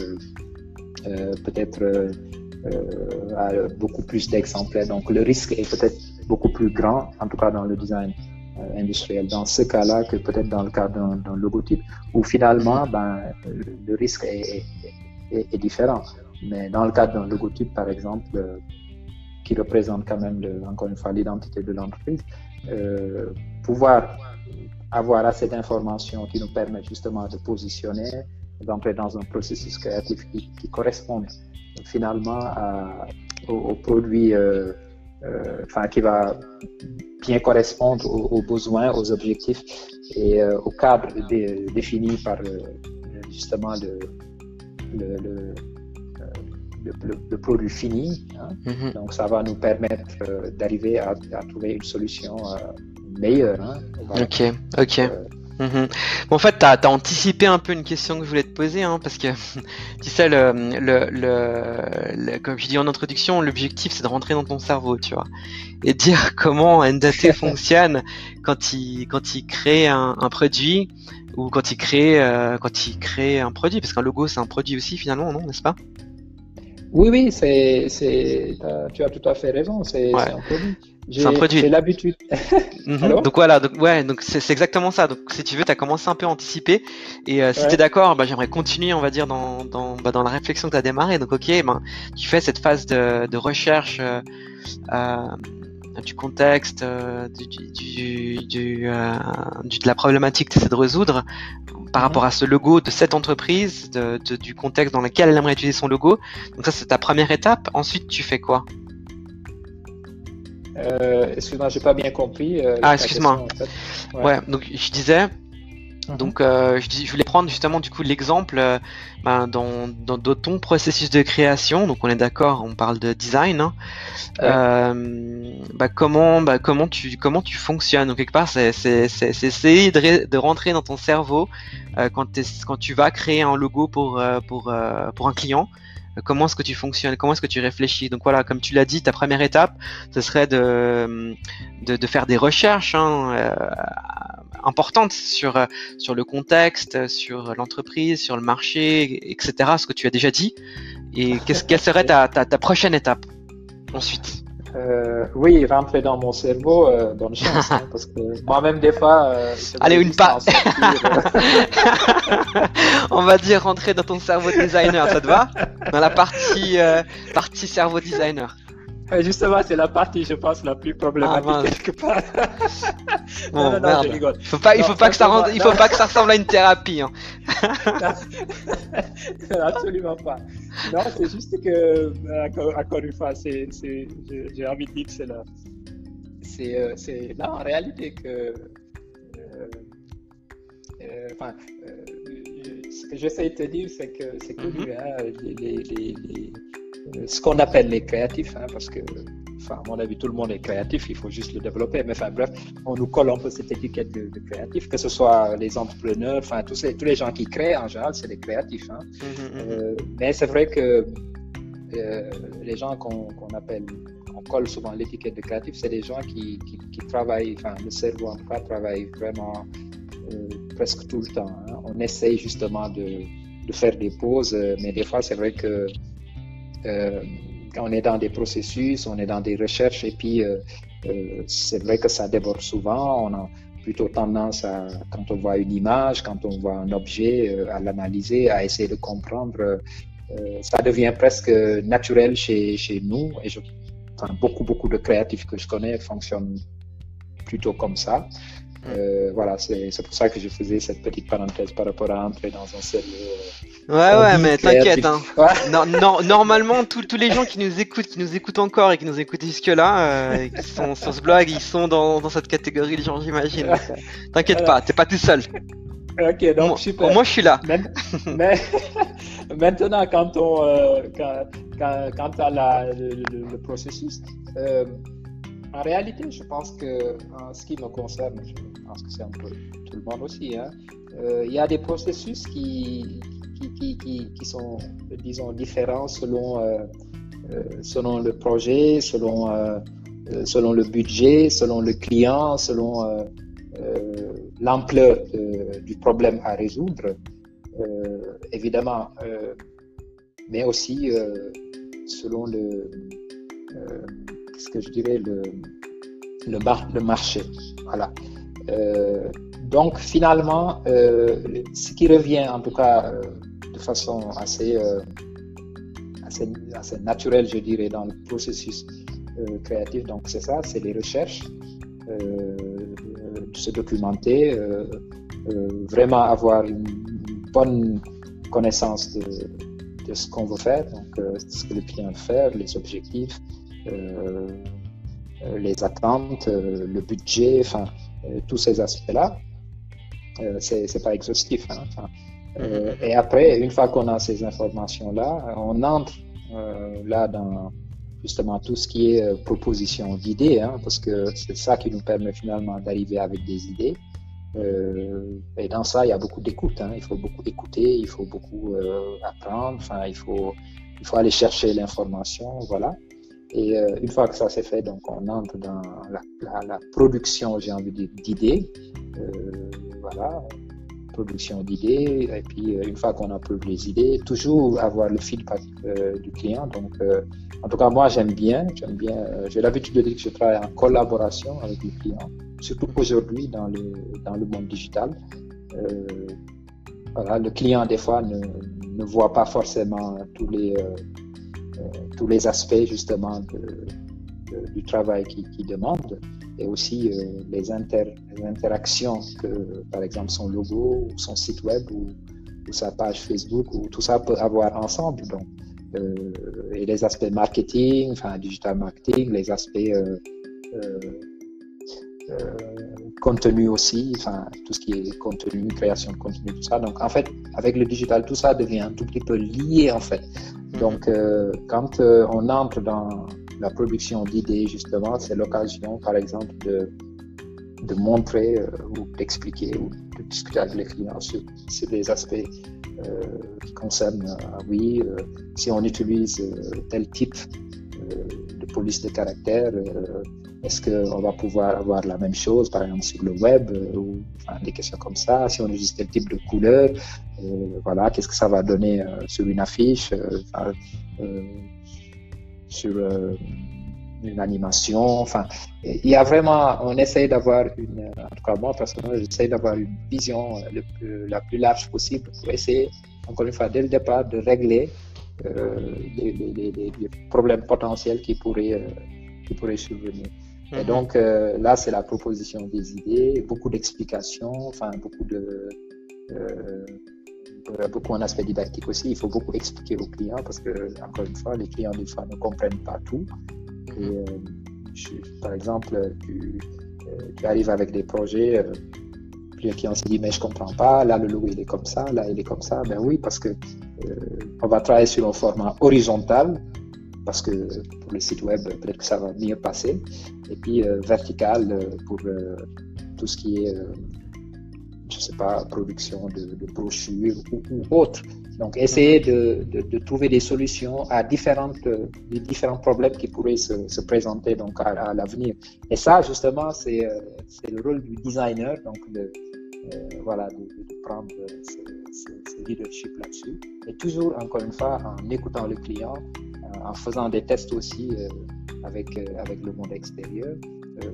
Speaker 2: euh, peut-être. Euh, Euh, à beaucoup plus d'exemplaires. Donc le risque est peut-être beaucoup plus grand, en tout cas dans le design euh, industriel, dans ce cas-là que peut-être dans le cas d'un, d'un logotype, où finalement, ben, le, le risque est, est, est différent. Mais dans le cas d'un logotype, par exemple, euh, qui représente quand même, le, encore une fois, l'identité de l'entreprise, euh, pouvoir avoir assez d'informations qui nous permettent justement de positionner, d'entrer dans un processus créatif qui, qui corresponde finalement à, au, au produit, euh, euh, enfin, qui va bien correspondre aux, aux besoins, aux objectifs et euh, au cadre dé, défini par euh, justement le, le, le, le, le, le produit fini. Hein. Mm-hmm. Donc, ça va nous permettre euh, d'arriver à, à trouver une solution euh, meilleure. Hein.
Speaker 1: Voilà. Ok, ok. Euh, Mmh. Bon, en fait, tu as anticipé un peu une question que je voulais te poser, hein, parce que tu sais, le, le, le, le, comme je dis en introduction, l'objectif c'est de rentrer dans ton cerveau, tu vois, et dire comment Ndaté fonctionne quand il quand il crée un, un produit ou quand il crée euh, quand il crée un produit, parce qu'un logo c'est un produit aussi finalement, non, n'est-ce pas?
Speaker 2: Oui, oui, c'est, c'est, tu as tout à fait raison, c'est, ouais. c'est un produit. J'ai,
Speaker 1: c'est un produit.
Speaker 2: J'ai l'habitude.
Speaker 1: Mm-hmm. Donc voilà, donc, ouais, donc c'est, c'est exactement ça. Donc si tu veux, tu as commencé un peu à anticiper. Et euh, si ouais. tu es d'accord, bah, j'aimerais continuer, on va dire, dans, dans, bah, dans la réflexion que tu as démarré. Donc ok, ben, tu fais cette phase de, de recherche euh, euh, du contexte, euh, du, du, du, euh, du, de la problématique que tu essaies de résoudre par mm-hmm. rapport à ce logo de cette entreprise, de, de, du contexte dans lequel elle aimerait utiliser son logo. Donc ça, c'est ta première étape. Ensuite, tu fais quoi?
Speaker 2: Euh, excuse-moi, j'ai pas bien compris. Euh,
Speaker 1: ah, excuse-moi. Question, en fait. ouais. ouais, donc je disais, mm-hmm. donc euh, je, dis, je voulais prendre justement du coup l'exemple euh, ben, dans, dans, dans ton processus de création. Donc on est d'accord, on parle de design. Hein. Ouais. Euh, bah, comment, bah, comment tu, comment tu fonctionnes. Donc quelque part, c'est, c'est, c'est, c'est essayer de, de rentrer dans ton cerveau euh, quand, quand tu vas créer un logo pour, euh, pour, euh, pour un client. Comment est-ce que tu fonctionnes, comment est-ce que tu réfléchis. Donc voilà, comme tu l'as dit, ta première étape, ce serait de, de, de faire des recherches hein, euh, importantes sur, sur le contexte, sur l'entreprise, sur le marché, et cetera. Ce que tu as déjà dit. Et qu'est-ce, quelle serait ta, ta, ta prochaine étape ensuite?
Speaker 2: Euh, oui, rentrer dans mon cerveau, euh, bonne chance, hein, parce que moi-même des fois. Euh,
Speaker 1: Allez, une passe. On va dire rentrer dans ton cerveau designer, ça te va? Dans la partie euh, partie cerveau designer.
Speaker 2: Justement, c'est la partie, je pense, la plus problématique ah, quelque part.
Speaker 1: Bon, non, non, merde. Non, je rigole. Faut pas, il faut non, pas que ça rende, il faut pas que ça ressemble à une thérapie. Hein.
Speaker 2: Absolument pas. Non, c'est juste que, encore une fois, c'est, c'est, j'ai envie de dire que c'est là, c'est, euh, c'est là en réalité que, euh, euh, enfin, euh, ce que j'essaie de te dire, c'est que, c'est que mm-hmm. hein, les, les, les, les ce qu'on appelle les créatifs, hein, parce que, enfin, à mon avis, tout le monde est créatif, il faut juste le développer. Mais enfin, bref, on nous colle un peu cette étiquette de, de créatif, que ce soit les entrepreneurs, enfin, tous, ces, tous les gens qui créent en général, c'est des créatifs. Hein. Mm-hmm. Euh, mais c'est vrai que euh, les gens qu'on, qu'on appelle, on colle souvent l'étiquette de créatif, c'est des gens qui, qui, qui travaillent, enfin, le cerveau en tout cas travaille vraiment euh, presque tout le temps. Hein. On essaye justement de, de faire des pauses, mais des fois, c'est vrai que Euh, on est dans des processus, on est dans des recherches et puis euh, euh, c'est vrai que ça déborde souvent. On a plutôt tendance à, quand on voit une image, quand on voit un objet, euh, à l'analyser, à essayer de comprendre. Euh, ça devient presque naturel chez, chez nous et je, enfin, beaucoup, beaucoup de créatifs que je connais fonctionnent plutôt comme ça. Euh, voilà, c'est, c'est pour ça que je faisais cette petite parenthèse par rapport à entrer dans un cerveau. Euh,
Speaker 1: ouais, ouais, mais t'inquiète. Hein. Ouais. Non, non, normalement, tous, tous les gens qui nous écoutent, qui nous écoutent encore et qui nous écoutent jusque-là, euh, qui sont sur ce blog, ils sont dans, dans cette catégorie de gens, j'imagine. Donc, euh, t'inquiète voilà. pas, t'es pas tout seul.
Speaker 2: Ok, donc
Speaker 1: moi,
Speaker 2: super.
Speaker 1: Moi, je suis là.
Speaker 2: Mais, maintenant, quand on, euh, quand, quand, quand à la, le, le, le processus. Euh, En réalité, je pense que, en ce qui me concerne, je pense que c'est un peu tout le monde aussi, hein, euh, il y a des processus qui, qui, qui, qui, qui sont, disons, différents selon, euh, euh, selon le projet, selon, euh, selon le budget, selon le client, selon euh, euh, l'ampleur de, du problème à résoudre, euh, évidemment, euh, mais aussi euh, selon le... Euh, ce que je dirais le, le, mar le marché. Voilà. Euh, donc finalement, euh, ce qui revient en tout cas euh, de façon assez, euh, assez, assez naturelle, je dirais, dans le processus euh, créatif, donc c'est ça, c'est les recherches, euh, de se documenter, euh, euh, vraiment avoir une bonne connaissance de, de ce qu'on veut faire, donc euh, ce que le client veut faire, les objectifs, euh, les attentes, euh, le budget, enfin euh, tous ces aspects-là. Euh, c'est, c'est pas exhaustif. Hein, enfin, euh, et après, une fois qu'on a ces informations-là, on entre euh, là dans justement tout ce qui est euh, proposition d'idées, hein, parce que c'est ça qui nous permet finalement d'arriver avec des idées. Euh, et dans ça, il y a beaucoup d'écoute. Hein, il faut beaucoup écouter, il faut beaucoup euh, apprendre. Enfin, il faut il faut aller chercher l'information, voilà. Et euh, une fois que ça c'est fait, donc on entre dans la, la, la production, j'ai envie de dire, d'idées. Euh, voilà, production d'idées. Et puis euh, une fois qu'on a produit les idées, toujours avoir le feedback euh, du client. Donc, euh, en tout cas, moi j'aime bien, j'aime bien. Euh, j'ai l'habitude de dire que je travaille en collaboration avec les clients, surtout aujourd'hui dans le dans le monde digital. Euh, voilà, le client des fois ne, ne voit pas forcément tous les euh, tous les aspects justement de, de, du travail qu'il qui demande, et aussi euh, les, inter, les interactions que, par exemple, son logo, ou son site web ou, ou sa page Facebook, ou tout ça peut avoir ensemble. Donc, euh, et les aspects marketing, enfin digital marketing, les aspects euh, euh, euh, contenu aussi, enfin tout ce qui est contenu, création de contenu, tout ça. Donc en fait, avec le digital, tout ça devient un tout petit peu lié en fait. Donc, euh, quand euh, on entre dans la production d'idées, justement, c'est l'occasion, par exemple, de, de montrer euh, ou d'expliquer ou de discuter avec les clients sur, sur des aspects euh, qui concernent, euh, oui, euh, si on utilise euh, tel type euh, de police de caractère, euh, est-ce qu'on va pouvoir avoir la même chose, par exemple, sur le web, euh, ou enfin, des questions comme ça. Si on utilise tel type de couleur, euh, voilà, qu'est-ce que ça va donner euh, sur une affiche, euh, enfin, euh, sur euh, une animation. Enfin, il y a vraiment, on essaye d'avoir une, en tout cas moi personnellement, j'essaye d'avoir une vision le plus, la plus large possible pour essayer, encore une fois, dès le départ, de régler euh, les, les, les, les problèmes potentiels qui pourraient, euh, qui pourraient survenir. Et donc euh, là, c'est la proposition des idées, beaucoup d'explications, enfin beaucoup de, euh, beaucoup un aspect didactique aussi. Il faut beaucoup expliquer aux clients parce que, encore une fois, les clients des fois ne comprennent pas tout. Et, euh, je, par exemple, tu, euh, tu arrives avec des projets, euh, puis le client se dit mais je comprends pas. Là, le logo il est comme ça, là il est comme ça. Ben oui, parce que euh, on va travailler sur un format horizontal. Parce que pour le site web, peut-être que ça va mieux passer. Et puis euh, vertical euh, pour euh, tout ce qui est, euh, je ne sais pas, production de, de brochures ou, ou autre. Donc, essayer de, de, de trouver des solutions à différentes, euh, différents problèmes qui pourraient se, se présenter donc, à, à l'avenir. Et ça, justement, c'est euh, le rôle du designer, donc de, euh, voilà, de, de prendre ce, ce, ce leadership là-dessus. Et toujours, encore une fois, en écoutant le client, en faisant des tests aussi euh, avec, euh, avec le monde extérieur. Euh,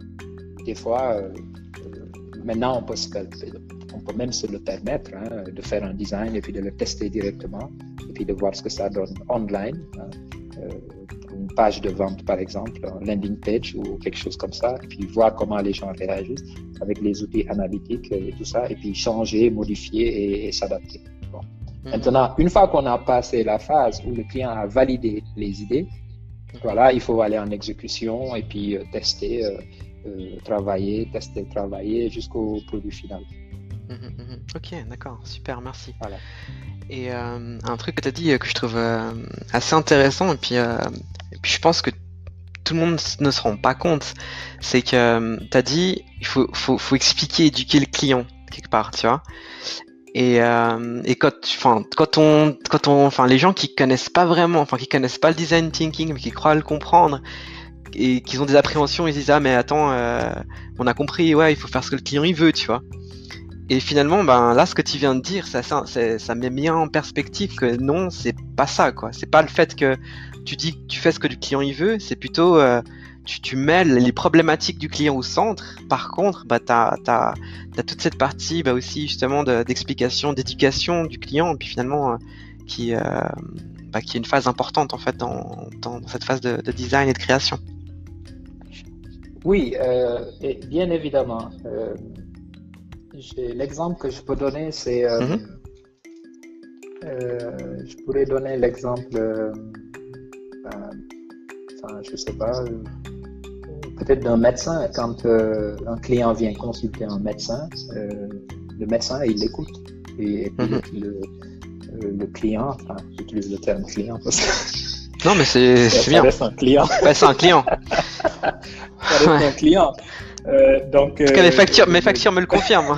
Speaker 2: des fois, euh, euh, maintenant, on peut, se, on peut même se le permettre hein, de faire un design et puis de le tester directement et puis de voir ce que ça donne online. Hein, euh, une page de vente, par exemple, un landing page ou quelque chose comme ça, et puis voir comment les gens réagissent avec les outils analytiques et tout ça, et puis changer, modifier et, et s'adapter. Bon. Maintenant, une fois qu'on a passé la phase où le client a validé les idées, voilà, il faut aller en exécution et puis euh, tester, euh, euh, travailler, tester, travailler jusqu'au produit final.
Speaker 1: Mmh, mmh. Ok, d'accord, super, merci.
Speaker 2: Voilà.
Speaker 1: Et euh, un truc que tu as dit euh, que je trouve euh, assez intéressant, et puis, euh, et puis je pense que tout le monde ne se rend pas compte, c'est que euh, tu as dit il faut, faut, faut expliquer, éduquer le client quelque part, tu vois. Et, euh, et quand, enfin, quand on, quand on, enfin, les gens qui connaissent pas vraiment, enfin, qui connaissent pas le design thinking, mais qui croient le comprendre, et qui ont des appréhensions, ils disent ah mais attends, euh, on a compris, ouais, il faut faire ce que le client il veut, tu vois. Et finalement, ben là, ce que tu viens de dire, ça, ça, ça met bien en perspective que non, c'est pas ça, quoi. C'est pas le fait que tu dis que tu fais ce que le client il veut, c'est plutôt, euh, tu, tu mets les problématiques du client au centre. Par contre, bah, tu as toute cette partie bah, aussi justement de, d'explication, d'éducation du client, et puis finalement, euh, qui, euh, bah, qui est une phase importante en fait dans, dans, dans cette phase de, de design et de création.
Speaker 2: Oui, euh, et bien évidemment. Euh, l'exemple que je peux donner, c'est... Euh, mm-hmm. euh, je pourrais donner l'exemple... Euh, euh, enfin, je sais pas... Euh, peut-être d'un médecin. Quand euh, un client vient consulter un médecin, euh, le médecin, il l'écoute. Et, et puis mm-hmm. le, le, le client... Enfin, j'utilise le terme client parce que...
Speaker 1: Non, mais c'est bien.
Speaker 2: Ça reste un client.
Speaker 1: Ouais, c'est un client.
Speaker 2: Ça reste ouais. un client. Euh, donc,
Speaker 1: en tout cas, mes factures, euh, mes factures me le confirment.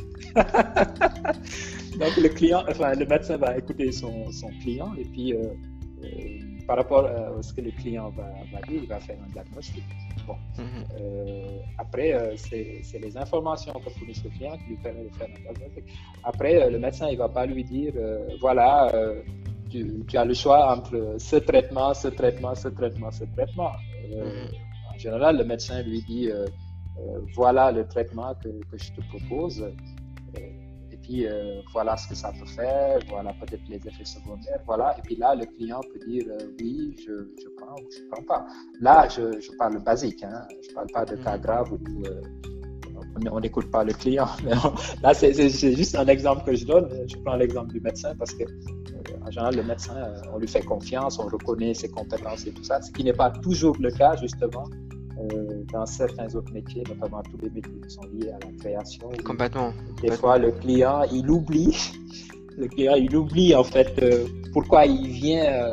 Speaker 2: Donc, le client, enfin, le médecin va écouter son, son client et puis, euh, euh, par rapport à ce que le client va, va dire, il va faire un diagnostic. Bon. Mm-hmm. euh, après, euh, c'est les informations que fournit le client qui lui permet de faire un diagnostic. Après, euh, le médecin, il ne va pas lui dire, euh, voilà, euh, tu, tu as le choix entre ce traitement, ce traitement, ce traitement, ce traitement. Euh, mm-hmm. En général, le médecin lui dit, euh, euh, voilà le traitement que, que je te propose. Euh, et puis, euh, voilà ce que ça peut faire, voilà peut-être les effets secondaires, voilà. Et puis là, le client peut dire, euh, oui, je, je prends ou je ne prends pas. Là, je, je parle basique, hein. Je ne parle pas de cas graves où euh, on n'écoute pas le client. Là, c'est juste un exemple que je donne. Je prends l'exemple du médecin parce que, euh, en général, le médecin, euh, on lui fait confiance, on reconnaît ses compétences et tout ça, ce qui n'est pas toujours le cas, justement. Euh, dans certains autres métiers, notamment tous les métiers qui sont liés à la création.
Speaker 1: Complètement.
Speaker 2: Des
Speaker 1: Complètement.
Speaker 2: fois, le client, il oublie, le client, il oublie en fait euh, pourquoi il vient. Euh,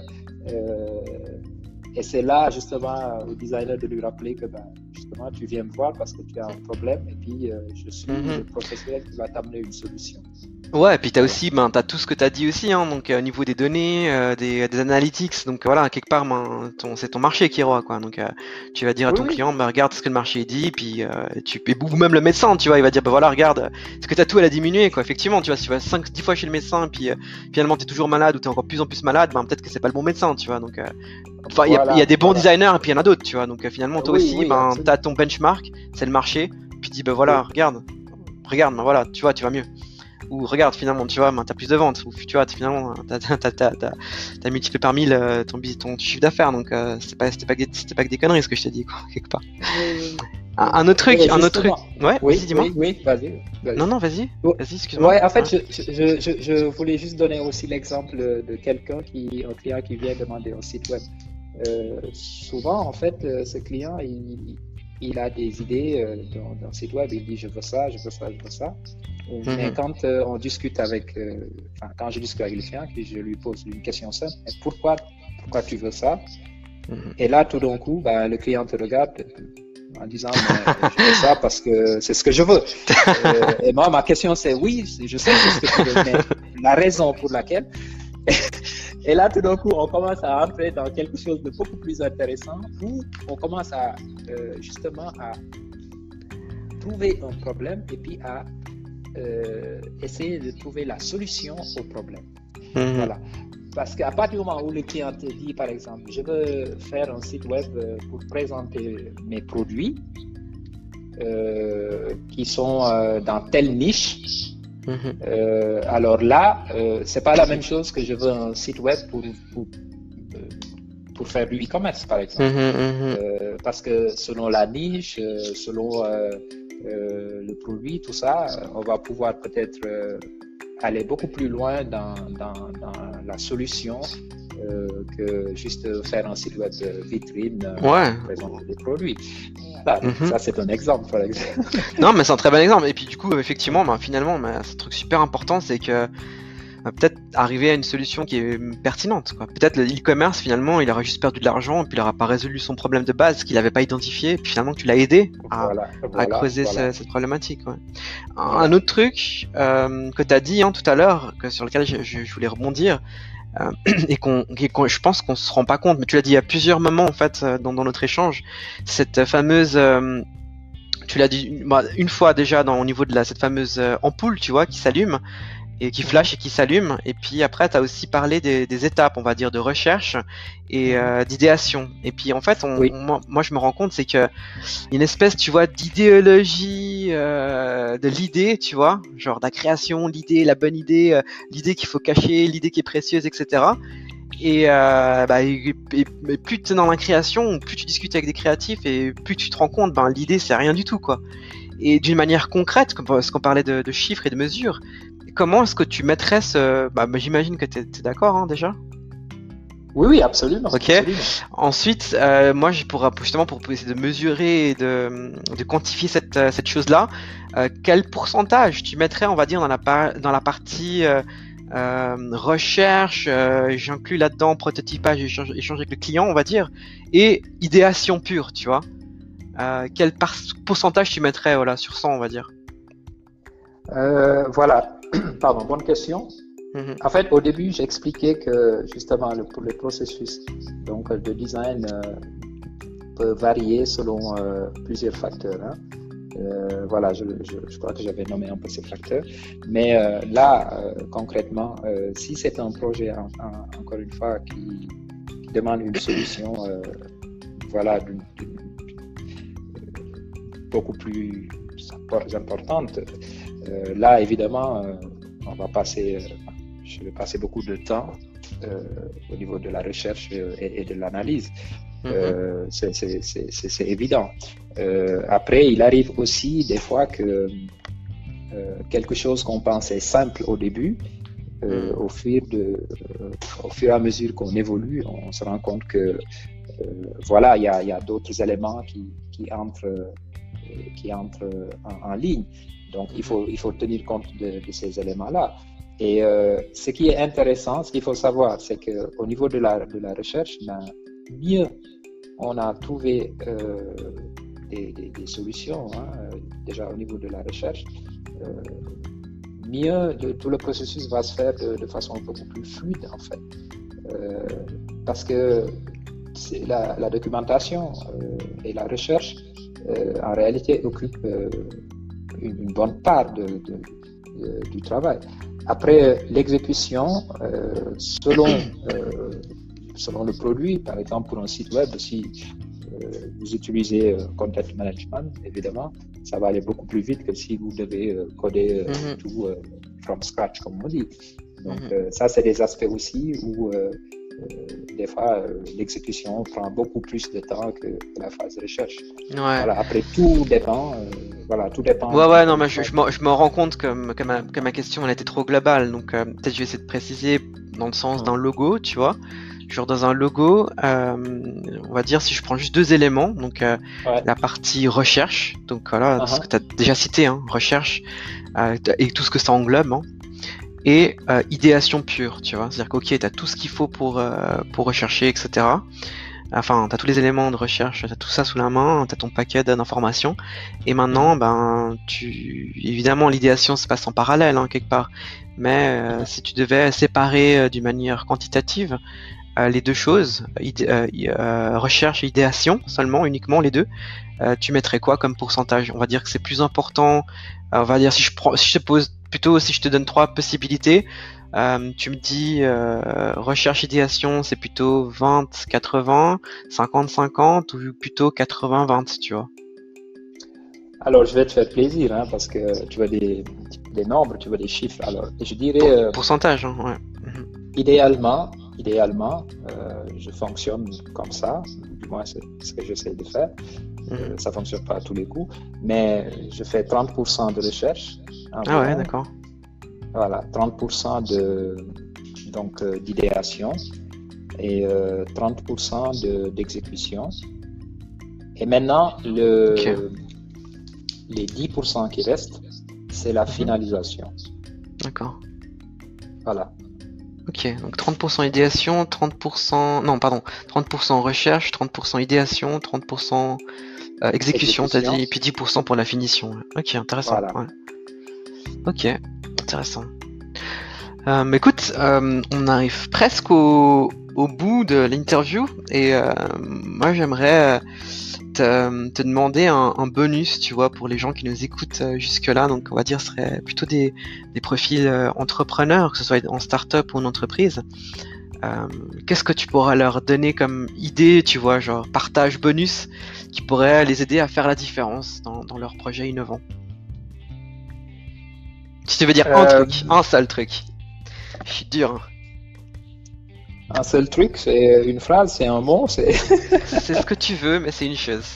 Speaker 2: euh, et c'est là, justement, au designer de lui rappeler que, ben, justement, tu viens me voir parce que tu as un problème et puis euh, je suis mm-hmm. le professionnel qui va t'amener une solution.
Speaker 1: Ouais, et puis tu as aussi, ben, t'as tout ce que tu as dit aussi, hein, donc euh, au niveau des données, euh, des, des analytics, donc voilà, quelque part, ben, c'est ton marché qui est roi, quoi. Donc euh, tu vas dire à ton oui. client, ben, regarde ce que le marché dit, puis euh, tu, ou même le médecin, tu vois, il va dire, ben voilà, regarde, ce que tu as tout, elle a diminué, quoi. Effectivement, tu vois, si tu vas cinq dix fois chez le médecin, puis euh, finalement tu es toujours malade ou tu es encore plus en plus malade, ben peut-être que c'est pas le bon médecin, tu vois. Donc, euh, enfin, il voilà, y, y a des bons voilà. designers et puis il y en a d'autres, tu vois. Donc euh, finalement, toi oui, aussi, oui, ben, tu as ton benchmark, c'est le marché, puis dis, ben voilà, oui. regarde, regarde, ben voilà, tu vois, tu vas mieux. Ou regarde, finalement, tu vois, ben, t'as plus de ventes, ou tu vois, finalement, t'as, t'as, t'as, t'as, t'as multiplié par mille euh, ton, ton chiffre d'affaires, donc euh, c'était pas, c'était pas, c'était pas que des conneries ce que je t'ai dit, quoi, quelque part. Oui. Un, un autre truc, un autre truc. Ouais,
Speaker 2: oui,
Speaker 1: vas-y, dis-moi.
Speaker 2: Oui, oui, vas-y. Vas
Speaker 1: non, non, vas-y, vas-y, excuse-moi.
Speaker 2: Ouais, en fait, ouais. Je, je, je, je voulais juste donner aussi l'exemple de quelqu'un qui, un client qui vient demander un site web. Euh, souvent, en fait, ce client, il, il a des idées euh, dans, dans site web, il dit je veux ça, je veux ça, je veux ça. Mm-hmm. Mais quand euh, on discute avec, euh, enfin, quand je discute avec le client, je lui pose une question simple, mais pourquoi, pourquoi tu veux ça? Mm-hmm. Et là, tout d'un coup, bah, le client te regarde en disant mais, je veux ça parce que c'est ce que je veux. euh, et moi, ma question c'est oui, je sais ce que tu veux, mais la raison pour laquelle. Et là, tout d'un coup, on commence à entrer dans quelque chose de beaucoup plus intéressant où on commence à euh, justement à trouver un problème et puis à euh, essayer de trouver la solution au problème. Mmh. Voilà. Parce qu'à partir du moment où le client te dit, par exemple, je veux faire un site web pour présenter mes produits euh, qui sont euh, dans telle niche. Mmh. Euh, alors là, euh, c'est pas la même chose que je veux un site web pour, pour, pour faire du e-commerce, par exemple. Mmh, mmh. Euh, parce que selon la niche, selon euh, euh, le produit, tout ça, on va pouvoir peut-être euh, aller beaucoup plus loin dans, dans, dans la solution euh, que juste faire un site web de vitrine
Speaker 1: ouais.
Speaker 2: pour présenter des produits. Là, mm-hmm. Ça, c'est un exemple, par exemple.
Speaker 1: Non, mais c'est un très bon exemple. Et puis, du coup, effectivement, bah, finalement, bah, c'est un truc super important, c'est que bah, peut-être arriver à une solution qui est pertinente. Peut-être le e-commerce, finalement, il aurait juste perdu de l'argent, et puis il n'aurait pas résolu son problème de base qu'il n'avait pas identifié, et puis finalement, tu l'as aidé à, voilà, voilà, à creuser voilà. ce, cette problématique. Ouais. Voilà. Un autre truc euh, que tu as dit hein, tout à l'heure, sur lequel je, je, je voulais rebondir, Euh, et qu'on, qu'on, je pense qu'on se rend pas compte, mais tu l'as dit à plusieurs moments en fait dans, dans notre échange, cette fameuse, euh, tu l'as dit bah, une fois déjà dans, au niveau de la, cette fameuse euh, ampoule, tu vois, qui s'allume, et qui flash et qui s'allume. Et puis après, tu as aussi parlé des, des étapes, on va dire, de recherche et euh, d'idéation. Et puis en fait, on,
Speaker 2: Oui.
Speaker 1: on- moi, moi, je me rends compte, c'est que une espèce, tu vois, d'idéologie euh, de l'idée, tu vois, genre la création, l'idée, la bonne idée, euh, l'idée qu'il faut cacher, l'idée qui est précieuse, et cetera. Et, euh, bah, et, et- et plus tu es dans la création, plus tu discutes avec des créatifs et plus tu te rends compte, ben l'idée c'est rien du tout, quoi. Et d'une manière concrète, comme parce qu'on parlait de, de chiffres et de mesures, comment est-ce que tu mettrais ce... Bah, bah, j'imagine que tu es d'accord, hein, déjà.
Speaker 2: Oui, oui, absolument.
Speaker 1: Ok.
Speaker 2: absolument.
Speaker 1: Ensuite, euh, moi, j'ai pour justement pour essayer de mesurer et de, de quantifier cette, euh, cette chose-là, euh, quel pourcentage tu mettrais, on va dire, dans la, par- dans la partie euh, euh, recherche, euh, j'inclus là-dedans prototypage, échange, échange avec le client, on va dire, et idéation pure, tu vois. Euh, quel par- pourcentage tu mettrais, voilà, sur cent, on va dire.
Speaker 2: Euh, voilà. Pardon, bonne question.
Speaker 1: Mhm.
Speaker 2: En fait, au début, j'expliquais que justement le, pour le processus donc, de design euh, peut varier selon euh, plusieurs facteurs. Hein. Euh, voilà, je, je, je crois que j'avais nommé un peu ces facteurs. Mais euh, là, euh, concrètement, euh, si c'est un projet, en, en, encore une fois, qui, qui demande une solution euh, voilà, d'une, d'une, beaucoup plus importante, euh, là, évidemment, euh, on va passer, euh, je vais passer beaucoup de temps euh, au niveau de la recherche et, et de l'analyse. Euh, c'est, c'est, c'est, c'est évident. Euh, après, il arrive aussi des fois que euh, quelque chose qu'on pensait simple au début, euh, mm. au, fur de, euh, au fur et à mesure qu'on évolue, on se rend compte que euh, voilà, il y a, y a d'autres éléments qui, qui entrent, euh, qui entrent en, en ligne. Donc, il faut, il faut tenir compte de, de ces éléments-là. Et euh, ce qui est intéressant, ce qu'il faut savoir, c'est qu'au niveau de la, de la recherche, ben, mieux on a trouvé euh, des, des, des solutions, hein, déjà au niveau de la recherche, euh, mieux de, tout le processus va se faire de, de façon beaucoup plus fluide en fait. Euh, parce que c'est la, la documentation euh, et la recherche euh, en réalité occupent euh, une, une bonne part de, de, de, du travail. Après l'exécution, euh, selon euh, selon le produit, par exemple pour un site web, si euh, vous utilisez euh, Content Management, évidemment, ça va aller beaucoup plus vite que si vous devez euh, coder euh, mm-hmm. tout euh, from scratch, comme on dit. Donc mm-hmm. euh, ça, c'est des aspects aussi où euh, euh, des fois euh, l'exécution prend beaucoup plus de temps que, que la phase de recherche.
Speaker 1: Ouais.
Speaker 2: Voilà, après, tout dépend. Euh, voilà, tout dépend.
Speaker 1: Ouais, ouais, non, mais je, je, me, je me rends compte que, que, ma, que ma question, elle était trop globale. Donc euh, peut-être je vais essayer de préciser dans le sens d'un logo, tu vois. Genre dans un logo, euh, on va dire si je prends juste deux éléments, donc euh, ouais. la partie recherche, donc voilà, uh-huh. ce que tu as déjà cité, hein, recherche, euh, et tout ce que ça englobe, hein, et euh, idéation pure, tu vois, c'est-à-dire que ok, tu as tout ce qu'il faut pour, euh, pour rechercher, et cetera. Enfin, tu as tous les éléments de recherche, tu as tout ça sous la main, tu as ton paquet d'informations, et maintenant, ben, tu, évidemment, l'idéation se passe en parallèle, hein, quelque part, mais euh, uh-huh. si tu devais séparer euh, d'une manière quantitative, Euh, les deux choses, idé- euh, euh, recherche et idéation seulement, uniquement les deux, euh, tu mettrais quoi comme pourcentage? On va dire que c'est plus important, euh, on va dire si je prends, si je te pose plutôt, si je te donne trois possibilités, euh, tu me dis euh, recherche idéation c'est plutôt vingt quatre-vingts, cinquante cinquante ou plutôt quatre-vingts vingt, tu vois?
Speaker 2: Alors je vais te faire plaisir hein, parce que tu vois des, des nombres, tu vois des chiffres. Alors je dirais
Speaker 1: Pour, euh, pourcentage, hein, ouais.
Speaker 2: Mm-hmm. Idéalement, idéalement, euh, je fonctionne comme ça, du moins c'est ce que j'essaie de faire. Mm-hmm. Euh, ça ne fonctionne pas à tous les coups, mais je fais trente pour cent de recherche.
Speaker 1: Ah ouais, d'accord.
Speaker 2: Voilà, trente pour cent de, donc, euh, d'idéation et euh, trente pour cent de, d'exécution. Et maintenant, le, okay. les dix pour cent qui restent, c'est la mm-hmm. finalisation.
Speaker 1: D'accord.
Speaker 2: Voilà.
Speaker 1: Ok, donc trente pour cent idéation, trente pour cent... Non, pardon, trente pour cent recherche, trente pour cent idéation, trente pour cent euh, exécution, t'as dit, et puis dix pour cent pour la finition. Ok, intéressant.
Speaker 2: Voilà.
Speaker 1: Ouais. Ok, intéressant. Euh, mais écoute, euh, on arrive presque au, au bout de l'interview, et euh, moi j'aimerais te, te demander un, un bonus, tu vois, pour les gens qui nous écoutent euh, jusque-là. Donc, on va dire, ce serait plutôt des, des profils euh, entrepreneurs, que ce soit en start-up ou en entreprise. Euh, qu'est-ce que tu pourras leur donner comme idée, tu vois, genre partage bonus, qui pourrait les aider à faire la différence dans, dans leurs projets innovants? Si tu veux dire un
Speaker 2: Euh,
Speaker 1: truc, un seul truc. Je suis dur. Hein.
Speaker 2: Un seul truc, c'est une phrase, c'est un mot, c'est.
Speaker 1: C'est ce que tu veux, mais c'est une chose.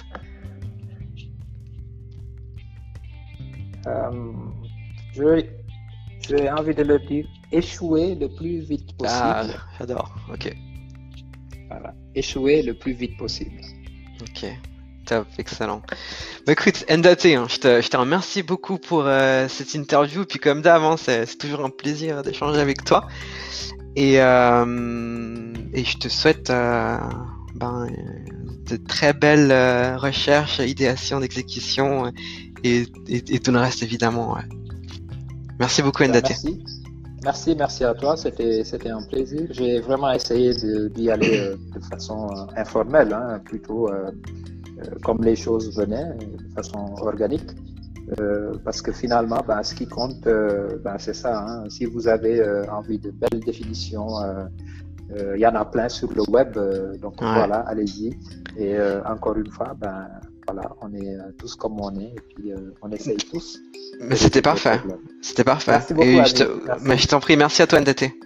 Speaker 2: Euh, je- J'ai envie de le dire, échouer le plus vite possible.
Speaker 1: Ah, j'adore. Ok,
Speaker 2: Voilà. Échouer le plus vite possible.
Speaker 1: ok. Top, excellent. Bah écoute, Ndate, hein, je, te, je te remercie beaucoup pour euh, cette interview. Puis comme d'hab, hein, c'est c'est toujours un plaisir d'échanger avec toi. Et, euh, et je te souhaite euh, ben, de très belles euh, recherches, idéations d'exécution et, et, et tout le reste évidemment. Ouais. Merci beaucoup,
Speaker 2: Ben,
Speaker 1: Ndate.
Speaker 2: merci. Merci, merci à toi. C'était, c'était un plaisir. J'ai vraiment essayé de- d'y aller euh, de façon euh, informelle, hein, plutôt euh, euh, comme les choses venaient, de façon organique. Euh, parce que finalement, ben, ce qui compte, euh, ben, c'est ça. Hein. Si vous avez euh, envie de belles définitions, euh, euh, il y en a plein sur le web. euh, donc
Speaker 1: Ouais.
Speaker 2: voilà, allez-y. Et euh, encore une fois, ben, voilà, on est euh, tous comme on est, et puis euh, on essaye tous.
Speaker 1: Mais c'était parfait. C'était parfait.
Speaker 2: Merci beaucoup,
Speaker 1: Et je
Speaker 2: Adi.
Speaker 1: te...
Speaker 2: Merci.
Speaker 1: Mais je t'en prie, merci à toi, Ndate.